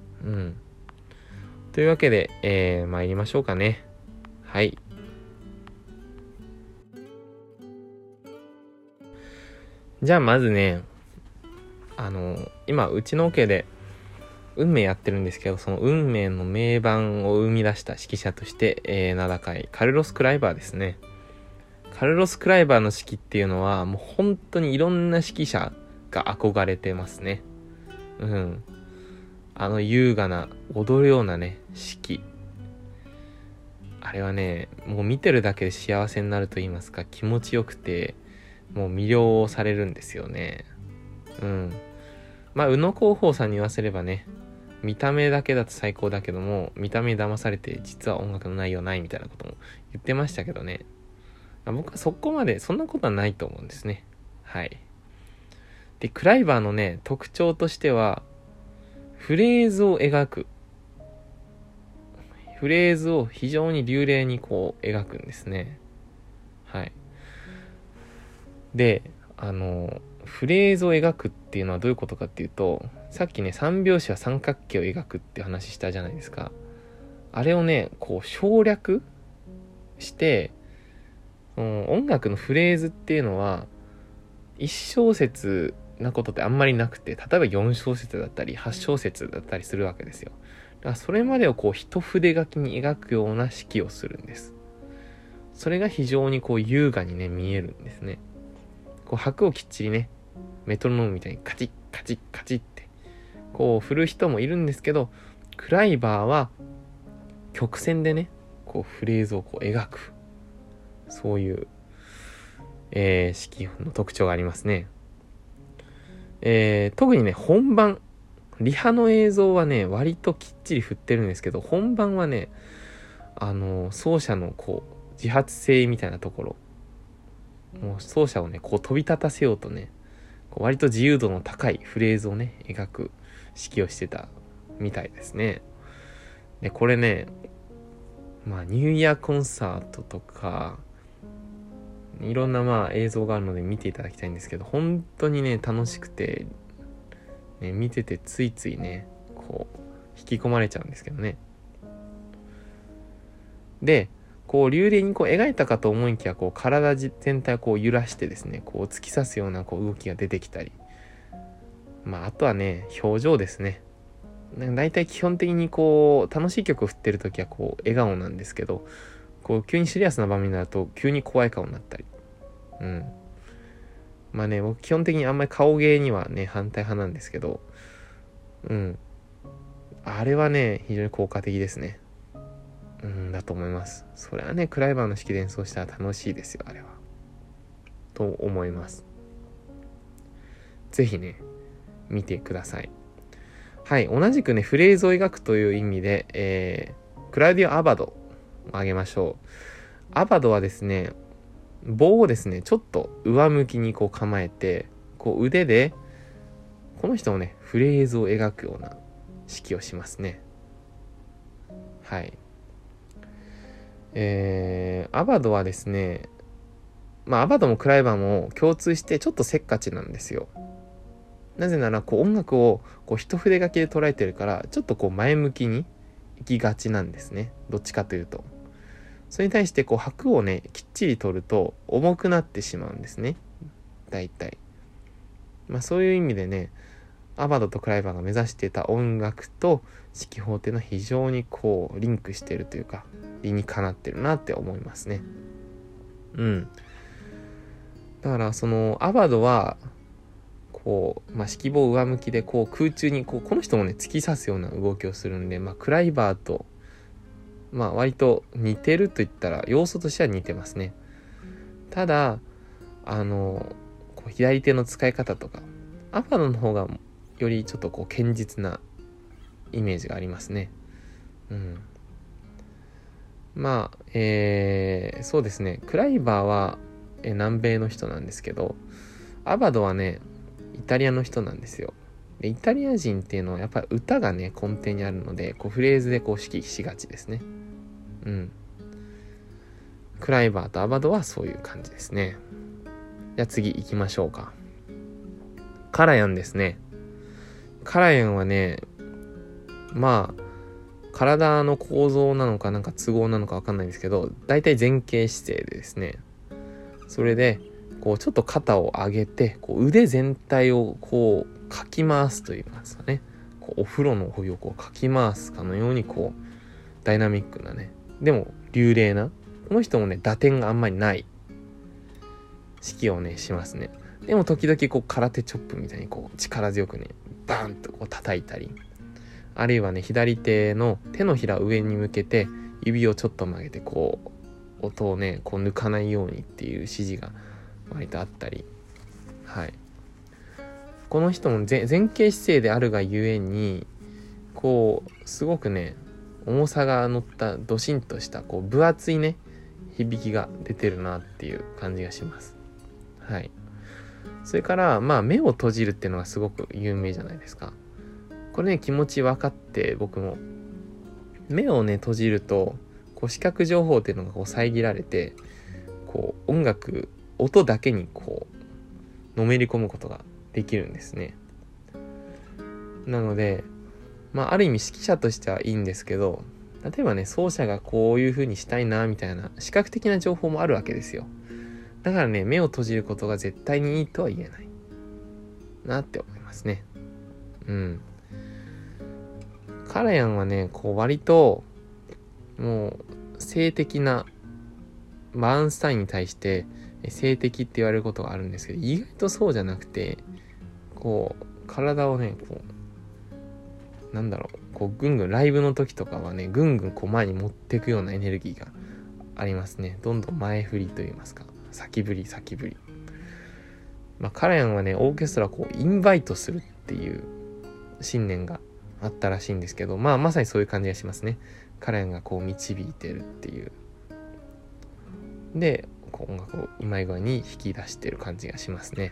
[SPEAKER 1] というわけで、参りましょうかね。はい。じゃあまずね今うちのオケで運命やってるんですけど、その運命の名盤を生み出した指揮者として、名高いカルロス・クライバーですね。カルロス・クライバーの指揮っていうのはもう本当にいろんな指揮者が憧れてますね。優雅な踊るようなね指揮、あれはねもう見てるだけで幸せになると言いますか、気持ちよくてもう魅了されるんですよね。宇野広報さんに言わせればね、見た目だけだと最高だけども見た目に騙されて実は音楽の内容ないみたいなことも言ってましたけどね、僕はそこまでそんなことはないと思うんですね。はい。でクライバーのね特徴としてはフレーズを描く、フレーズを非常に流麗にこう描くんですね。はい。でフレーズを描くっていうのはどういうことかっていうと、さっきね三拍子は三角形を描くって話したじゃないですか。あれをねこう省略して音楽のフレーズっていうのは1小節なことってあんまりなくて、例えば4小節だったり8小節だったりするわけですよ。だからそれまでをこう一筆書きに描くような指揮をするんです。それが非常にこう優雅にね見えるんですね。こう拍をきっちりねメトロノームみたいにカチッカチッカチッってこう振る人もいるんですけど、クライバーは曲線でねこうフレーズをこう描く、そういう、指揮の特徴がありますね。特にね本番リハの映像はね割ときっちり振ってるんですけど、本番はね奏者のこう自発性みたいなところ、もう奏者をねこう飛び立たせようとね、割と自由度の高いフレーズをね描く指揮をしてたみたいですね。でこれね、まあニューイヤーコンサートとかいろんなまあ映像があるので見ていただきたいんですけど、本当にね楽しくて、ね、見ててついついねこう引き込まれちゃうんですけどね。でこう流麗にこう描いたかと思いきや、こう体全体をこう揺らしてですね、こう突き刺すようなこう動きが出てきたり、まああとはね表情ですね。だいたい基本的にこう楽しい曲を振ってる時はこう笑顔なんですけど、こう急にシリアスな場面になると急に怖い顔になったり、まあね僕基本的にあんまり顔芸にはね反対派なんですけど、あれはね非常に効果的ですね。だと思います。それはねクライバーの指揮で演奏したら楽しいですよ、あれはと思います。ぜひね見てください。はい、同じくねフレーズを描くという意味で、クラウディオ・アバドを挙げましょう。アバドはですね、棒をですねちょっと上向きにこう構えて、こう腕でこの人もねフレーズを描くような指揮をしますね。はい。アバドはですね、まあアバドもクライバーも共通してちょっとせっかちなんですよ。なぜならこう音楽をこう一筆書きで捉えてるから、ちょっとこう前向きに行きがちなんですね、どっちかというと。それに対してこう拍をねきっちり取ると重くなってしまうんですね、大体。まあそういう意味でね、アバドとクライバーが目指していた音楽と指揮法っていうのは非常にこうリンクしているというか、理にかなってるなって思いますね。だからそのアバドはこう、指揮棒上向きでこう空中にこの人もね突き刺すような動きをするんで、クライバーと割と似てると言ったら要素としては似てますね。ただこう左手の使い方とかアバドの方がよりちょっとこう堅実なイメージがありますね。そうですね、クライバーは南米の人なんですけど、アバドはねイタリアの人なんですよ。でイタリア人っていうのはやっぱり歌がね根底にあるので、こうフレーズでこう指揮しがちですね。クライバーとアバドはそういう感じですね。じゃあ次行きましょうか。カラヤンですね。カラヤンはね、体の構造なのかなんか都合なのか分かんないんですけど、だいたい前傾姿勢でですね、それでこうちょっと肩を上げてこう腕全体をこうかき回すといいますかね、こうお風呂のお湯をこうかき回すかのようにこうダイナミックなね、でも流麗な、この人もね打点があんまりない指揮をねしますね。でも時々こう空手チョップみたいにこう力強くねバーンとこう叩いたり、あるいはね左手の手のひらを上に向けて指をちょっと曲げてこう音をねこう抜かないようにっていう指示が割とあったり、この人も前傾姿勢であるがゆえにこうすごくね重さが乗ったドシンとしたこう分厚いね響きが出てるなっていう感じがします。それから目を閉じるっていうのがすごく有名じゃないですか。これね気持ち分かって、僕も目をね閉じるとこう視覚情報っていうのがこう遮られて、こう音だけにこうのめり込むことができるんですね。なのである意味指揮者としてはいいんですけど、例えばね奏者がこういう風にしたいなみたいな視覚的な情報もあるわけですよ。だからね目を閉じることが絶対にいいとは言えないなって思いますね。カラヤンはねこう割ともう性的なバーンスタインに対して性的って言われることがあるんですけど、意外とそうじゃなくて、こう体をねこうぐんぐんライブの時とかはねぐんぐんこう前に持っていくようなエネルギーがありますね。どんどん前振りと言いますか、先振り。カラヤンはねオーケストラをこうインバイトするっていう信念があったらしいんですけど、まさにそういう感じがしますね。彼らがこう導いてるっていうで、こう音楽をうまい具合に引き出してる感じがしますね。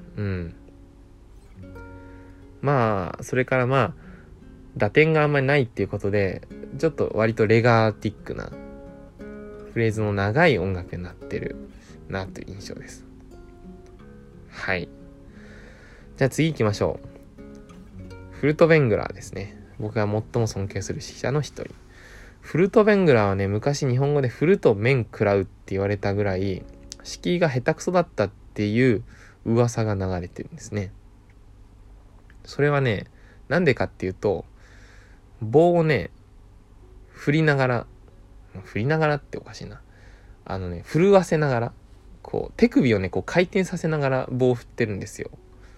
[SPEAKER 1] それから打点があんまりないっていうことで、ちょっと割とレガーティックなフレーズの長い音楽になってるなという印象です。はい。じゃあ次行きましょう。フルト・ベングラーですね。僕が最も尊敬する指揮者の一人。フルト・ベングラーはね、昔日本語でフルと面食らうって言われたぐらい指揮が下手くそだったっていう噂が流れてるんですね。それはね、なんでかっていうと、棒をね振りながらっておかしいな、震わせながら、こう手首をねこう回転させながら棒を振ってるんですよ。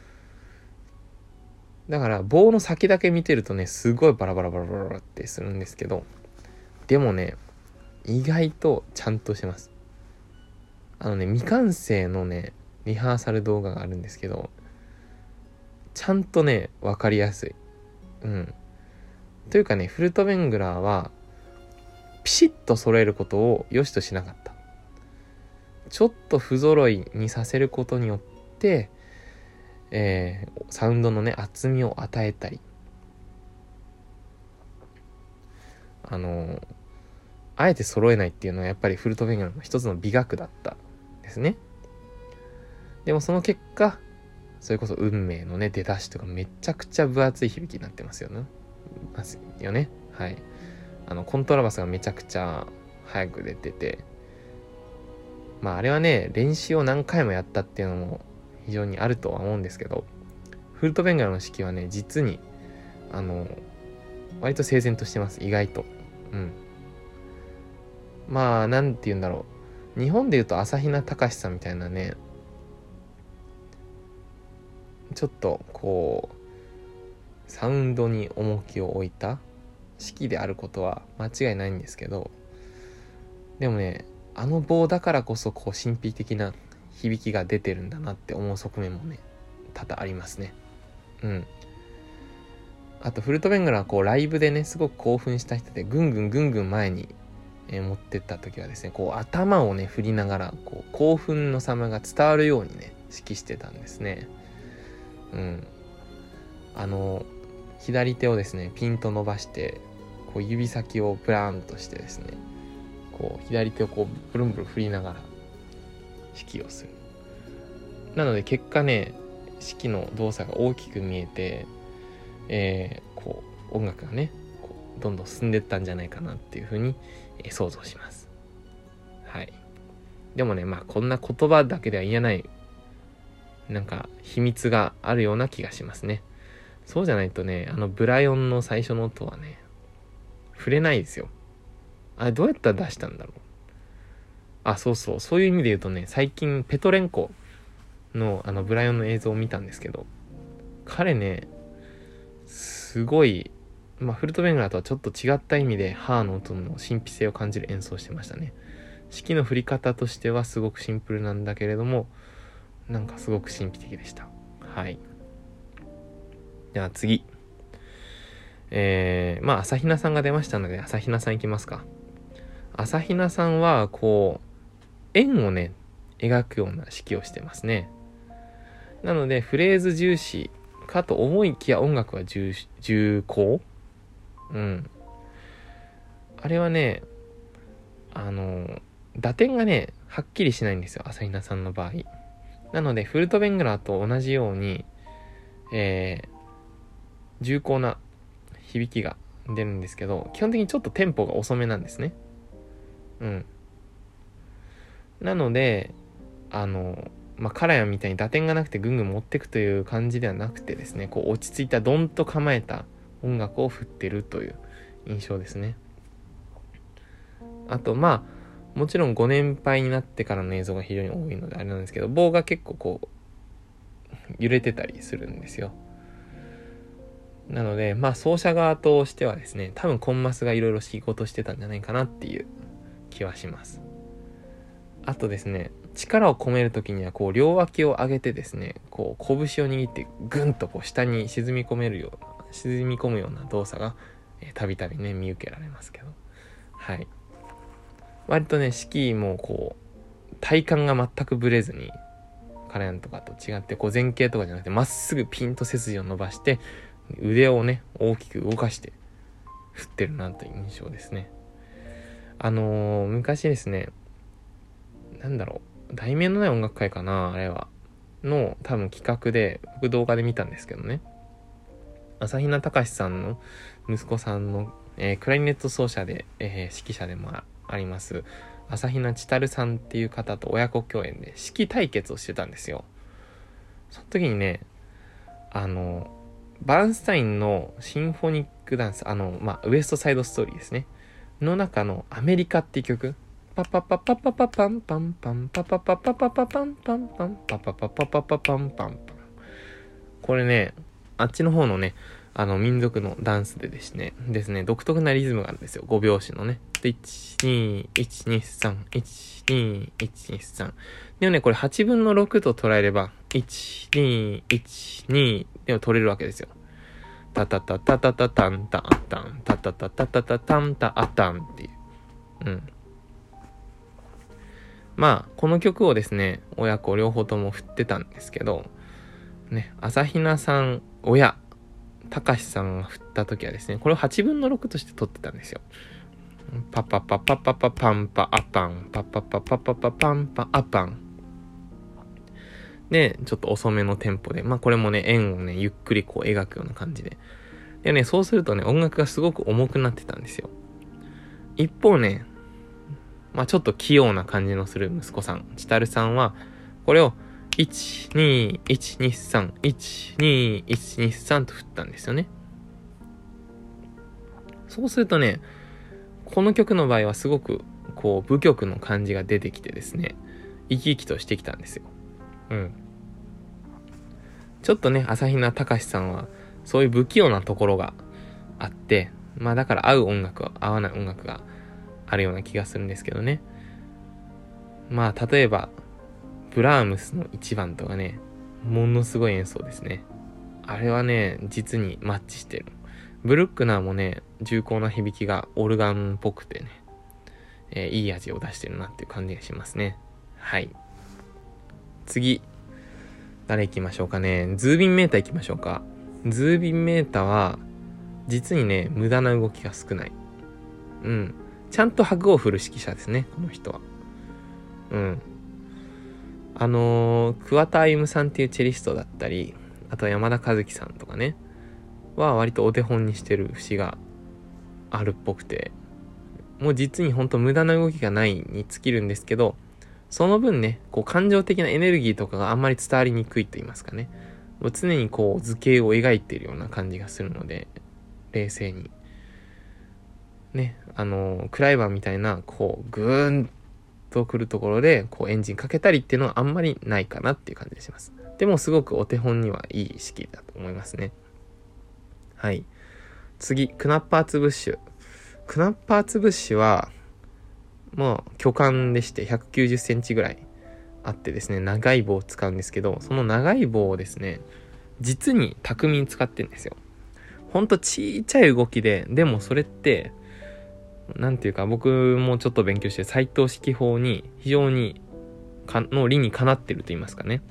[SPEAKER 1] だから棒の先だけ見てるとね、すごいバラバラってするんですけど、でもね意外とちゃんとしてます。未完成のねリハーサル動画があるんですけど、ちゃんとね分かりやすい。というかね、フルト・ベングラーはピシッと揃えることを良しとしなかった。ちょっと不揃いにさせることによって、サウンドのね厚みを与えたり、あえて揃えないっていうのはやっぱりフルト・ベングラーの一つの美学だったんですね。でもその結果、それこそ運命のね出だしとかめちゃくちゃ分厚い響きになってますよね。はい。コントラバスがめちゃくちゃ早く出てて、あれはね練習を何回もやったっていうのも非常にあるとは思うんですけど、フルト・ベンガラの指揮はね実に割と整然としてます。意外となんて言うんだろう、日本で言うと朝比奈隆さんみたいなね、ちょっとこうサウンドに重きを置いた指揮であることは間違いないんですけど、でもね棒だからこそこう神秘的な響きが出てるんだなって思う側面もね多々ありますね。あとフルト・ベングラーはこうライブでねすごく興奮した人でぐんぐん前に持ってった時はですね、こう頭をね振りながらこう興奮の様が伝わるようにね指揮してたんですね。左手をですねピンと伸ばしてこう指先をブラーンとしてですね、こう左手をこうブルンブルン振りながら指揮をする。なので結果ね指揮の動作が大きく見えて、こう音楽がねこうどんどん進んでいったんじゃないかなっていうふうに、想像します。はい。でもねこんな言葉だけでは言えないなんか秘密があるような気がしますね。そうじゃないとねブラヨンの最初の音はね触れないですよ。あれどうやったら出したんだろう。そういう意味で言うとね、最近ペトレンコのブラヨンの映像を見たんですけど、彼ねすごいフルト・ベングラーとはちょっと違った意味でハーの音の神秘性を感じる演奏をしてましたね。指揮の振り方としてはすごくシンプルなんだけれども、なんかすごく神秘的でした。はい。じゃあ次、朝比奈さんが出ましたので朝比奈さんいきますか。朝比奈さんはこう円をね描くような指揮をしてますね。なのでフレーズ重視かと思いきや音楽は重厚。あれはね打点がねはっきりしないんですよ、朝比奈さんの場合。なのでフルト・ベングラーと同じように、重厚な響きが出るんですけど、基本的にちょっとテンポが遅めなんですね。なのでカラヤンみたいに打点がなくてぐんぐん持ってくという感じではなくてですね、こう落ち着いたドンと構えた音楽を振ってるという印象ですね。あともちろんご年配になってからの映像が非常に多いのであれなんですけど、棒が結構こう揺れてたりするんですよ。なので奏者側としてはですね、多分コンマスがいろいろ仕事してたんじゃないかなっていう気はします。あとですね、力を込めるときにはこう両脇を上げてですね、こう拳を握ってぐんとこう下に沈み込めるような沈み込むような動作がたびたびね見受けられますけど、はい、割とね指揮もこう体幹が全くぶれずにカラヤンとかと違ってこう前傾とかじゃなくてまっすぐピンと背筋を伸ばして腕をね大きく動かして振ってるなという印象ですね。昔ですね、題名のない音楽会かな、あれはの多分企画で僕動画で見たんですけどね、朝比奈隆さんの息子さんの、クラリネット奏者で、指揮者でもあります朝比奈千さんっていう方と親子共演で指揮対決をしてたんですよ。その時にねバーンスタインのシンフォニックダンスウエストサイドストーリーですねの中のアメリカっていう曲、パパパパパパパンパンパンパパパパパパパンパンパンパパパパパパパンパンパン、これねあっちの方のね民族のダンスでですね独特なリズムがあるんですよ。5拍子のね。で、12123 12123でもねこれ8分の6と捉えれば1212でも取れるわけですよ。タタタタタタタンタアタンタタタタタタタンタアタンっていう。まあこの曲をですね親子両方とも振ってたんですけどね、朝比奈さん親隆さんが振った時はですねこれを8分の6として取ってたんですよ。パパパパパパパンパアパンパパパパパパパンパアパンでちょっと遅めのテンポで、これもね円をねゆっくりこう描くような感じでね、そうするとね音楽がすごく重くなってたんですよ。一方ねちょっと器用な感じのする息子さん千さんはこれを12123 12123と振ったんですよね。そうするとねこの曲の場合はすごくこう舞曲の感じが出てきてですね生き生きとしてきたんですよ。ちょっとね朝比奈隆さんはそういう不器用なところがあってだから合う音楽合わない音楽があるような気がするんですけどね。例えばブラームスの1番とかねものすごい演奏ですね。あれはね実にマッチしてる。ブルックナーもね重厚な響きがオルガンっぽくてね、いい味を出してるなっていう感じがしますね。はい、次誰行きましょうかね。ズービンメーター行きましょうか。ズービンメーターは実にね無駄な動きが少ない。ちゃんと拍を振る指揮者ですねこの人は。桑田歩さんっていうチェリストだったりあとは山田和樹さんとかねは割とお手本にしてる節があるっぽくて、もう実に本当無駄な動きがないに尽きるんですけど、その分ねこう感情的なエネルギーとかがあんまり伝わりにくいと言いますかね、もう常にこう図形を描いているような感じがするので冷静にねクライバーみたいなこうグーンと来るところでこうエンジンかけたりっていうのはあんまりないかなっていう感じがします。でもすごくお手本にはいい式だと思いますね。はい、次クナッパーツブッシュ。クナッパーツブッシュは巨漢でして190センチぐらいあってですね長い棒を使うんですけど、その長い棒をですね実に巧みに使ってるんですよ。ほんとちっちゃい動きで、でもそれってなんていうか僕もちょっと勉強して斉藤式法に非常にの理にかなってると言いますかね。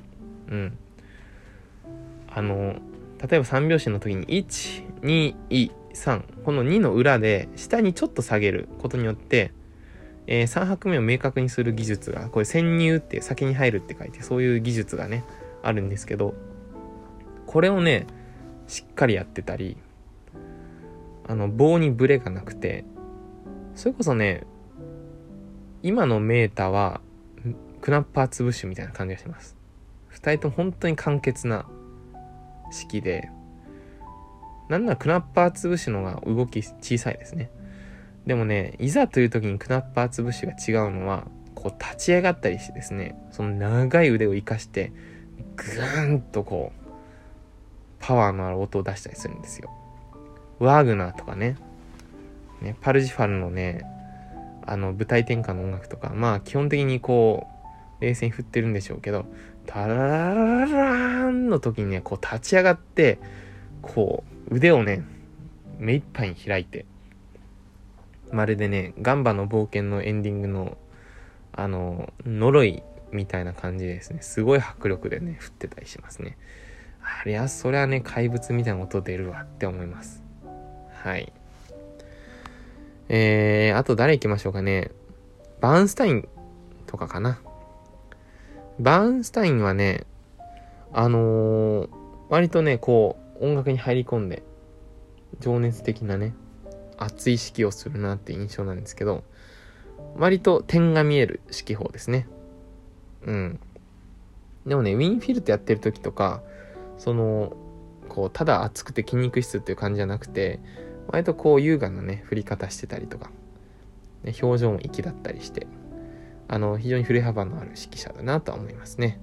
[SPEAKER 1] 例えば3拍子の時に1、2、3この2の裏で下にちょっと下げることによって、3拍目を明確にする技術がこれ潜入って先に入るって書いてそういう技術がねあるんですけど、これをねしっかりやってたり棒にブレがなくて、それこそね今のメーターはクナッパーツブッシュみたいな感じがします。2人とも本当に簡潔な式で、なんならクナッパーツブッシュの方が動き小さいですね。でもねいざという時にクナッパーツブッシュが違うのはこう立ち上がったりしてですね、その長い腕を生かしてグーンとこうパワーのある音を出したりするんですよ。ワーグナーとかねパルジファルのね舞台転換の音楽とか基本的にこう冷静に振ってるんでしょうけど、タララララーンの時にねこう立ち上がってこう腕をね目いっぱいに開いて、まるでねガンバの冒険のエンディングの呪いみたいな感じでですね、すごい迫力でね振ってたりしますね。ありゃそりゃね怪物みたいな音出るわって思います。はい。あと誰行きましょうかね。バーンスタインとかかな。バーンスタインはね割とねこう音楽に入り込んで情熱的なね熱い指揮をするなって印象なんですけど、割と点が見える指揮法ですね。でもねウィンフィルトやってる時とかこうただ熱くて筋肉質っていう感じじゃなくて、割とこう優雅なね振り方してたりとか、ね、表情も粋だったりして非常に振れ幅のある指揮者だなとは思いますね。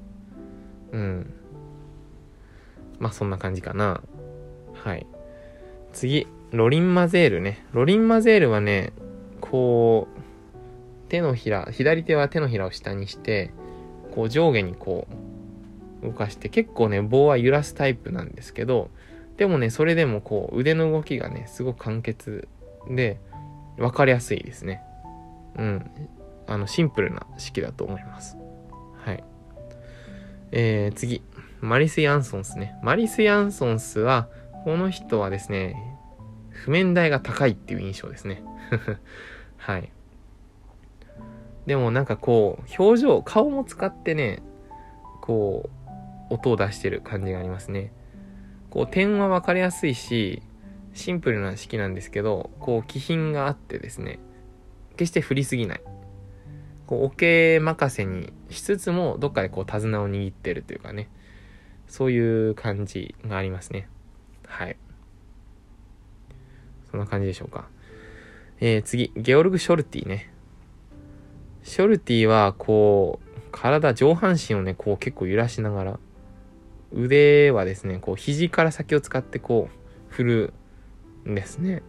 [SPEAKER 1] まあそんな感じかな。はい。次ロリンマゼールね。ロリンマゼールはねこう左手は手のひらを下にしてこう上下にこう動かして、結構ね棒は揺らすタイプなんですけど、でもねそれでもこう腕の動きがねすごく簡潔で分かりやすいですね。シンプルな式だと思います。はい。次マリス・ヤンソンスね。マリス・ヤンソンスはこの人はですね譜面台が高いっていう印象ですね。はい。でもなんかこう表情顔も使ってねこう音を出してる感じがありますね。こう点は分かりやすいしシンプルな式なんですけど、こう気品があってですね決して振りすぎない、こうオケ任せにしつつもどっかでこう手綱を握ってるというかね、そういう感じがありますね。はい。そんな感じでしょうか。次ゲオルグ・ショルティね。ショルティはこう上半身をねこう結構揺らしながら、腕はですねこう肘から先を使ってこう振るんですね。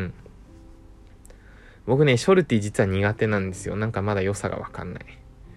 [SPEAKER 1] 僕ねショルティ実は苦手なんですよ。なんかまだ良さが分かんない。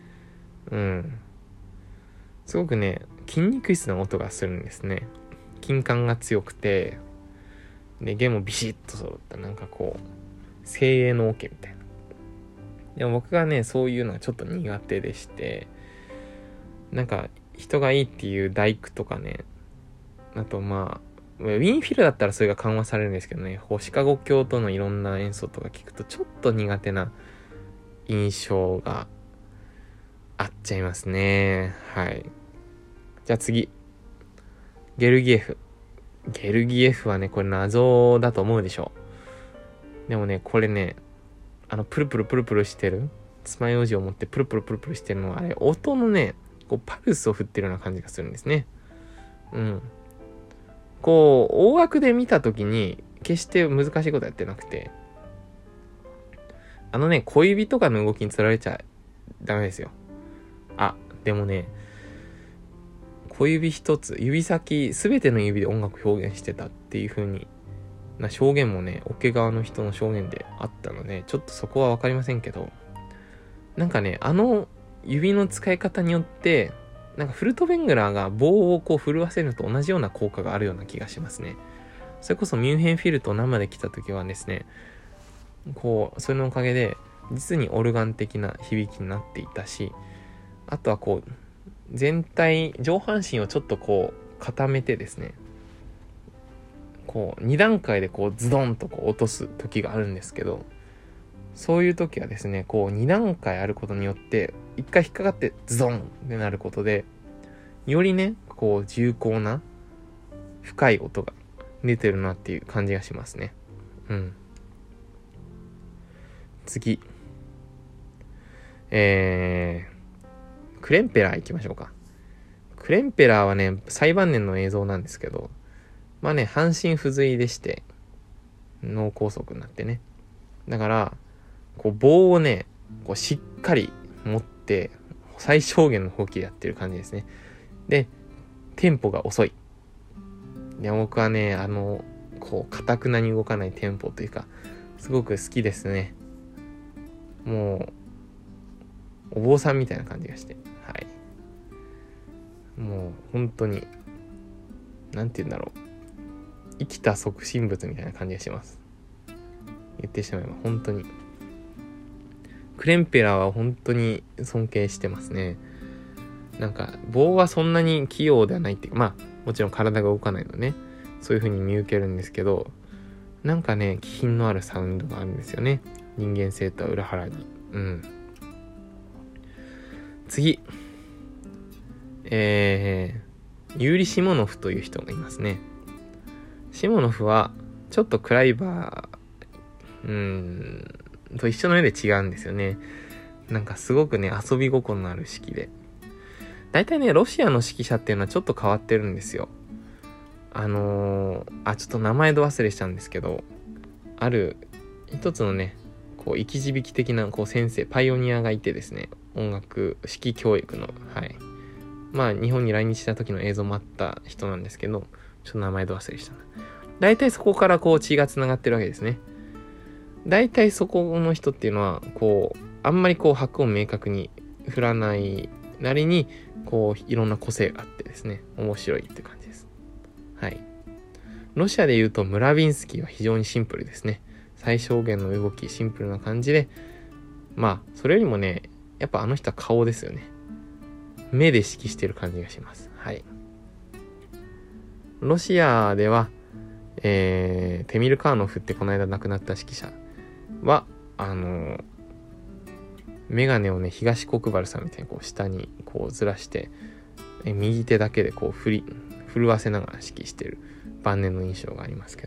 [SPEAKER 1] すごくね筋肉質な音がするんですね。筋感が強くてで弦もビシッと揃ったなんかこう精鋭のオケみたいな。でも僕がねそういうのがちょっと苦手でして、なんか人がいいっていう大工とかね、あとまあウィンフィルだったらそれが緩和されるんですけどね、シカゴ教とのいろんな演奏とか聞くとちょっと苦手な印象があっちゃいますね。はい。じゃあ次ゲルギエフはねこれ謎だと思うでしょう。でもねこれねプルプルプルプルしてる爪楊枝を持ってプルプルプルプルしてるのはあれ音のねこうパルスを振ってるような感じがするんですね。こう大枠で見た時に決して難しいことやってなくて、小指とかの動きにつられちゃダメですよ。でもね小指一つ指先すべての指で音楽表現してたっていう風にな証言もね桶側の人の証言であったので、ちょっとそこは分かりませんけど、なんかね指の使い方によってなんかフルトベングラーが棒をこう震わせるのと同じような効果があるような気がしますね。それこそミュンヘンフィルト生で来た時はですねこうそれのおかげで実にオルガン的な響きになっていたし、あとはこう全体上半身をちょっとこう固めてですねこう2段階でこうズドンとこう落とす時があるんですけど、そういう時はですねこう2段階あることによって1回引っかかってズドンってなることでよりねこう重厚な深い音が出てるなっていう感じがしますね。次クレンペラー行きましょうか。クレンペラーはね最晩年の映像なんですけど、まあね半身不随でして脳梗塞になってね、だからこう棒をねこうしっかり持って最小限の動きでやってる感じですね。でテンポが遅い。で僕はねこう堅くなに動かないテンポというかすごく好きですね。もうお坊さんみたいな感じがして、はい。もう本当になんて言うんだろ生きた即身仏みたいな感じがします。言ってしまえば本当にクレンペラーは本当に尊敬してますね。なんか棒はそんなに器用ではないっていうか、まあもちろん体が動かないのね、そういう風に見受けるんですけど、なんかね気品のあるサウンドがあるんですよね、人間性とは裏腹に。次、ユーリ・シモノフという人がいますね。シモノフはちょっとクライバーと一緒の絵で違うんですよね。なんかすごくね遊び心のある式で、だいたいねロシアの指揮者っていうのはちょっと変わってるんですよ。ちょっと名前ど忘れしたんですけど、ある一つのねこう生き字引的なこう先生パイオニアがいてですね、音楽指揮教育の、まあ日本に来日した時の映像もあった人なんですけど、ちょっと名前ど忘れしたな。だいたいそこからこう血がつながってるわけですね。だいたいそこの人っていうのはこうあんまりこう拍を明確に振らないなりにこういろんな個性があってですね、面白いって感じです。ロシアでいうとムラビンスキーは非常にシンプルですね。最小限の動き、シンプルな感じで、まあそれよりもねやっぱあの人は顔ですよね。目で指揮してる感じがします。ロシアでは、テミルカーノフってこの間亡くなった指揮者はメガネをね東国原さんみたいにこう下にこうずらして、右手だけでこう震わせながら指揮してる晩年の印象がありますけど。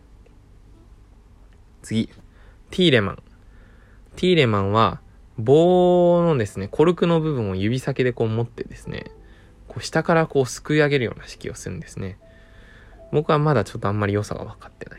[SPEAKER 1] 次、ティーレマンは棒のですねコルクの部分を指先でこう持ってですね、こう下からこうすくい上げるような指揮をするんですね。僕はまだちょっとあんまり良さが分かってない。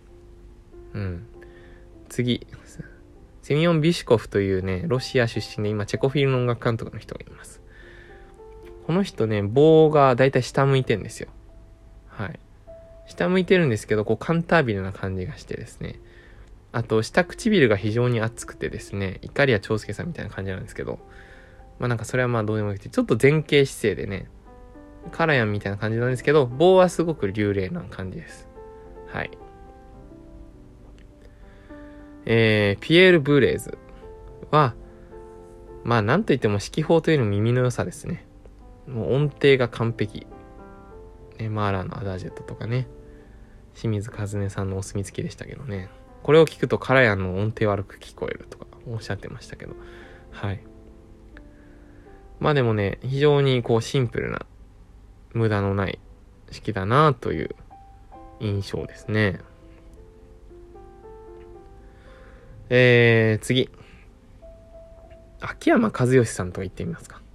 [SPEAKER 1] 次、セミオン・ビシュコフというねロシア出身で今チェコフィルの音楽監督の人がいます。この人ね棒がだいたい下向いてるんですよ。下向いてるんですけど、こうカンタービレな感じがしてですね、あと下唇が非常に厚くてですね、イカリア長介さんみたいな感じなんですけど、まあなんかそれはまあどうでもよくて、ちょっと前傾姿勢でねカラヤンみたいな感じなんですけど、棒はすごく流麗な感じです。ピエール・ブーレーズはまあなんといっても指揮法というの耳の良さですね。もう音程が完璧、マーラーのアダジェットとかね、清水和音さんのお墨付きでしたけどね、これを聞くとカラヤンの音程悪く聞こえるとかおっしゃってましたけど、まあでもね非常にこうシンプルな無駄のない式だなという印象ですね。次、秋山和義さんと言ってみますか。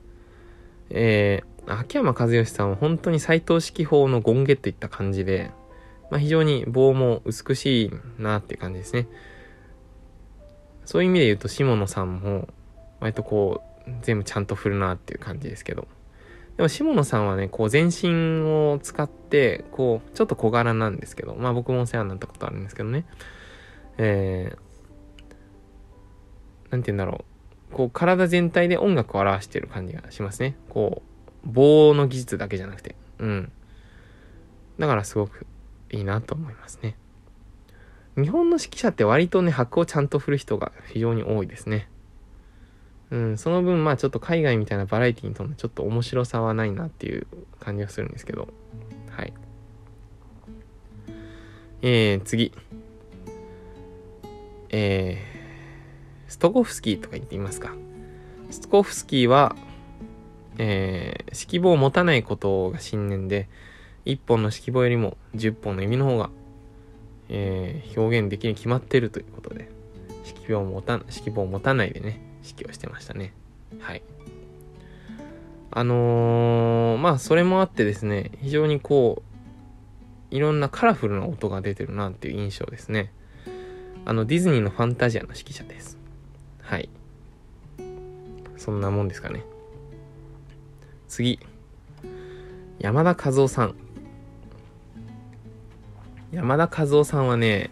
[SPEAKER 1] 秋山和義さんは本当に斎藤式法の権化といった感じで、非常に棒も美しいなっていう感じですね。そういう意味で言うと下野さんも割とこう全部ちゃんと振るなっていう感じですけど、でも下野さんはねこう全身を使ってこうちょっと小柄なんですけど、僕もお世話になったことあるんですけどね、なんて言うんだろう、こう体全体で音楽を表している感じがしますね。こう棒の技術だけじゃなくて、だからすごくいいなと思いますね。日本の指揮者って割とね拍をちゃんと振る人が非常に多いですね。その分ちょっと海外みたいなバラエティにとってちょっと面白さはないなっていう感じがするんですけど、次、ストコフスキーとか言ってみますか。ストコフスキーは、指揮棒を持たないことが信念で、1本の指揮棒よりも10本の指の方が、表現できるに決まっているということで、指揮棒を持たないでね指揮をしてましたね。それもあってですね、非常にこういろんなカラフルな音が出てるなっていう印象ですね。ディズニーのファンタジアの指揮者です。そんなもんですかね。次、山田和夫さん。山田和夫さんはね、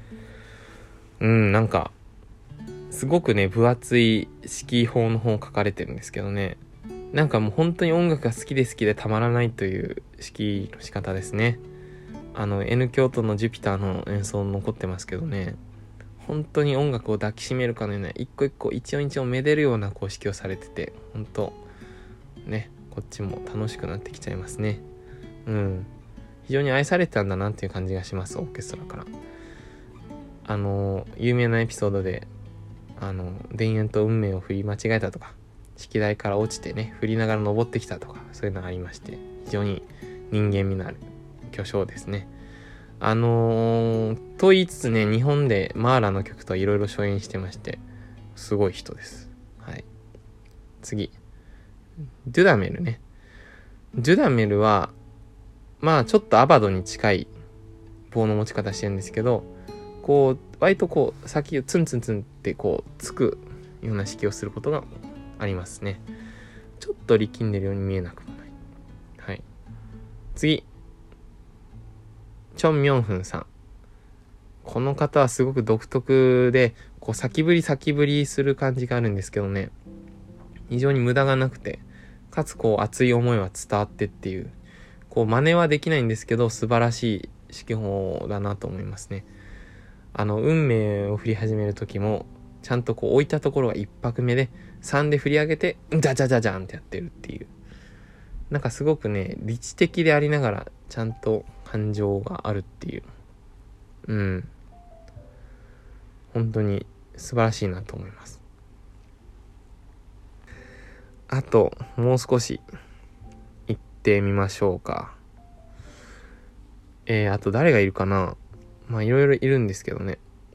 [SPEAKER 1] なんかすごくね分厚い指揮法の本を書かれてるんですけどね、なんかもう本当に音楽が好きでたまらないという指揮の仕方ですね。 N 京都のジュピターの演奏残ってますけどね、本当に音楽を抱きしめるかのような一個一個一音一音めでるような公式をされてて、本当ね、こっちも楽しくなってきちゃいますね。非常に愛されてたんだなっていう感じがします、オーケストラから。有名なエピソードで田園と運命を振り間違えたとか、式台から落ちてね振りながら登ってきたとか、そういうのがありまして、非常に人間味のある巨匠ですね。と言いつつね、日本でマーラの曲といろいろ初演してまして、すごい人です。はい。次、デュダメルね。デュダメルはまあちょっとアバドに近い棒の持ち方してるんですけど、こう割とこう先をツンツンツンってこうつくような指揮をすることがありますね。ちょっと力んでるように見えなくもない。はい。次、チョン・ミョンフンさん。この方はすごく独特で、こう先振りする感じがあるんですけどね、非常に無駄がなくて、かつこう熱い思いは伝わってっていう、こう真似はできないんですけど素晴らしい指揮法だなと思いますね。運命を振り始める時もちゃんとこう置いたところが一拍目で3で振り上げてじゃじゃじゃじゃんってやってるっていう、なんかすごくね理知的でありながらちゃんと感情があるっていう、本当に素晴らしいなと思います。あともう少し行ってみましょうか。あと誰がいるかな。まあいろいろいるんですけどね。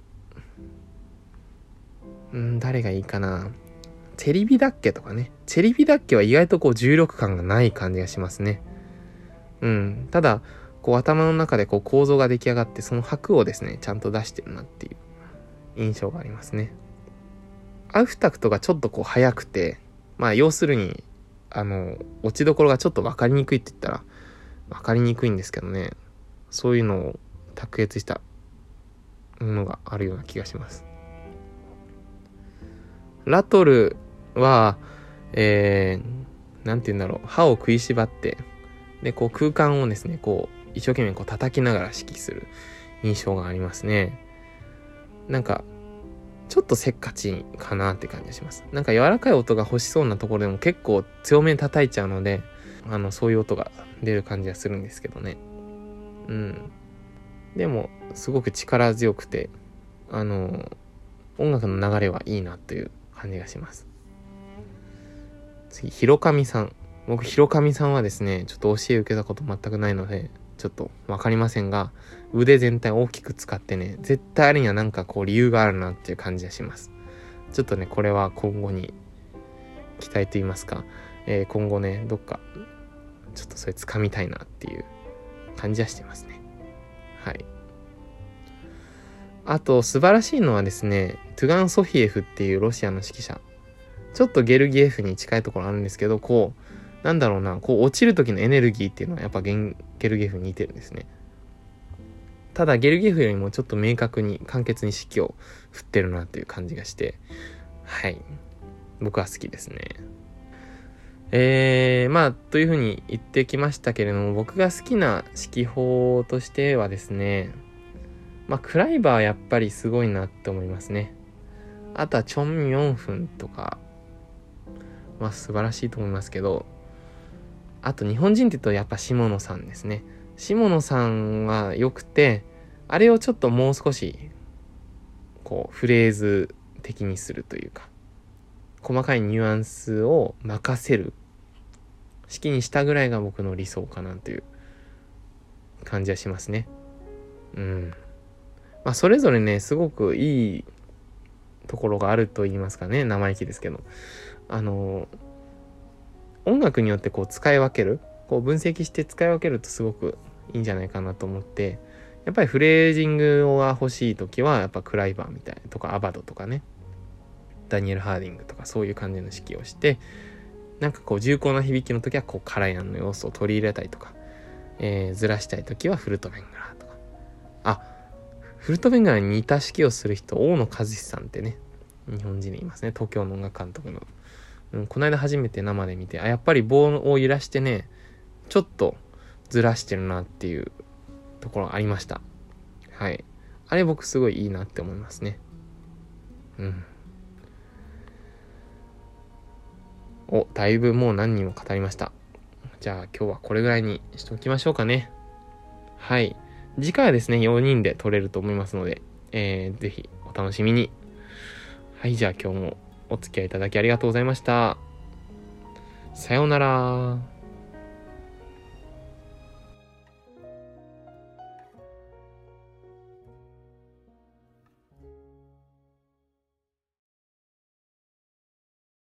[SPEAKER 1] 誰がいいかな。チェリビダッケとかね。チェリビダッケは意外とこう重力感がない感じがしますね。ただこう頭の中でこう構造が出来上がって、その拍をですねちゃんと出してるなっていう印象がありますね。アウフタクトがちょっとこう速くて、まあ要するに落ちどころがちょっと分かりにくいって言ったら分かりにくいんですけどね、そういうのを卓越したものがあるような気がします。ラトルはなんて言うんだろう、歯を食いしばってでこう空間をですねこう一生懸命こう叩きながら指揮する印象がありますね。なんかちょっとせっかちかなって感じがします。なんか柔らかい音が欲しそうなところでも結構強めに叩いちゃうので、そういう音が出る感じがするんですけどね。でもすごく力強くて音楽の流れはいいなという感じがします。次、広上さん。僕広上さんはですねちょっと教え受けたこと全くないのでちょっとわかりませんが、腕全体大きく使ってね、絶対あれにはなんかこう理由があるなっていう感じがします。ちょっとねこれは今後に期待と言いますか、今後ねどっかちょっとそれ掴みたいなっていう感じはしてますね。はい。あと素晴らしいのはですね、トゥガン・ソフィエフっていうロシアの指揮者、ちょっとゲルギエフに近いところあるんですけど、こうなんだろうな、こう落ちる時のエネルギーっていうのはやっぱゲルギエフに似てるんですね。ただゲルギエフよりもちょっと明確に簡潔に指揮を振ってるなっていう感じがして、はい、僕は好きですね。まあというふうに言ってきましたけれども、僕が好きな指揮法としてはですね、まあクライバーはやっぱりすごいなって思いますね。あとはチョン・ミョンフンとかまあ素晴らしいと思いますけど、あと日本人って言うとやっぱ下野さんですね。下野さんは良くて、あれをちょっともう少しこうフレーズ的にするというか、細かいニュアンスを任せる式にしたぐらいが僕の理想かなという感じはしますね。まあそれぞれねすごくいいところがあると言いますかね、生意気ですけど、音楽によってこう使い分ける、こう分析して使い分けるとすごくいいんじゃないかなと思って、やっぱりフレージングが欲しい時はやっぱクライバーみたいとかアバドとかね、ダニエル・ハーディングとかそういう感じの指揮をして、なんかこう重厚な響きの時はこうカラヤンの要素を取り入れたいとか、ずらしたい時はフルトベンガラーとか、フルトベンガラーに似た指揮をする人、大野和志さんってね日本人でいますね、東京の音楽監督の。この間初めて生で見て、やっぱり棒を揺らしてねちょっとずらしてるなっていう
[SPEAKER 3] ところがありました。はい。あれ僕すごいいいなって思いますね。だいぶもう何人も語りました。じゃあ今日はこれぐらいにしておきましょうかね。はい。次回はですね、4人で撮れると思いますので、ぜひお楽しみに。はい、じゃあ今日もお付き合いいただきありがとうございました。さようなら。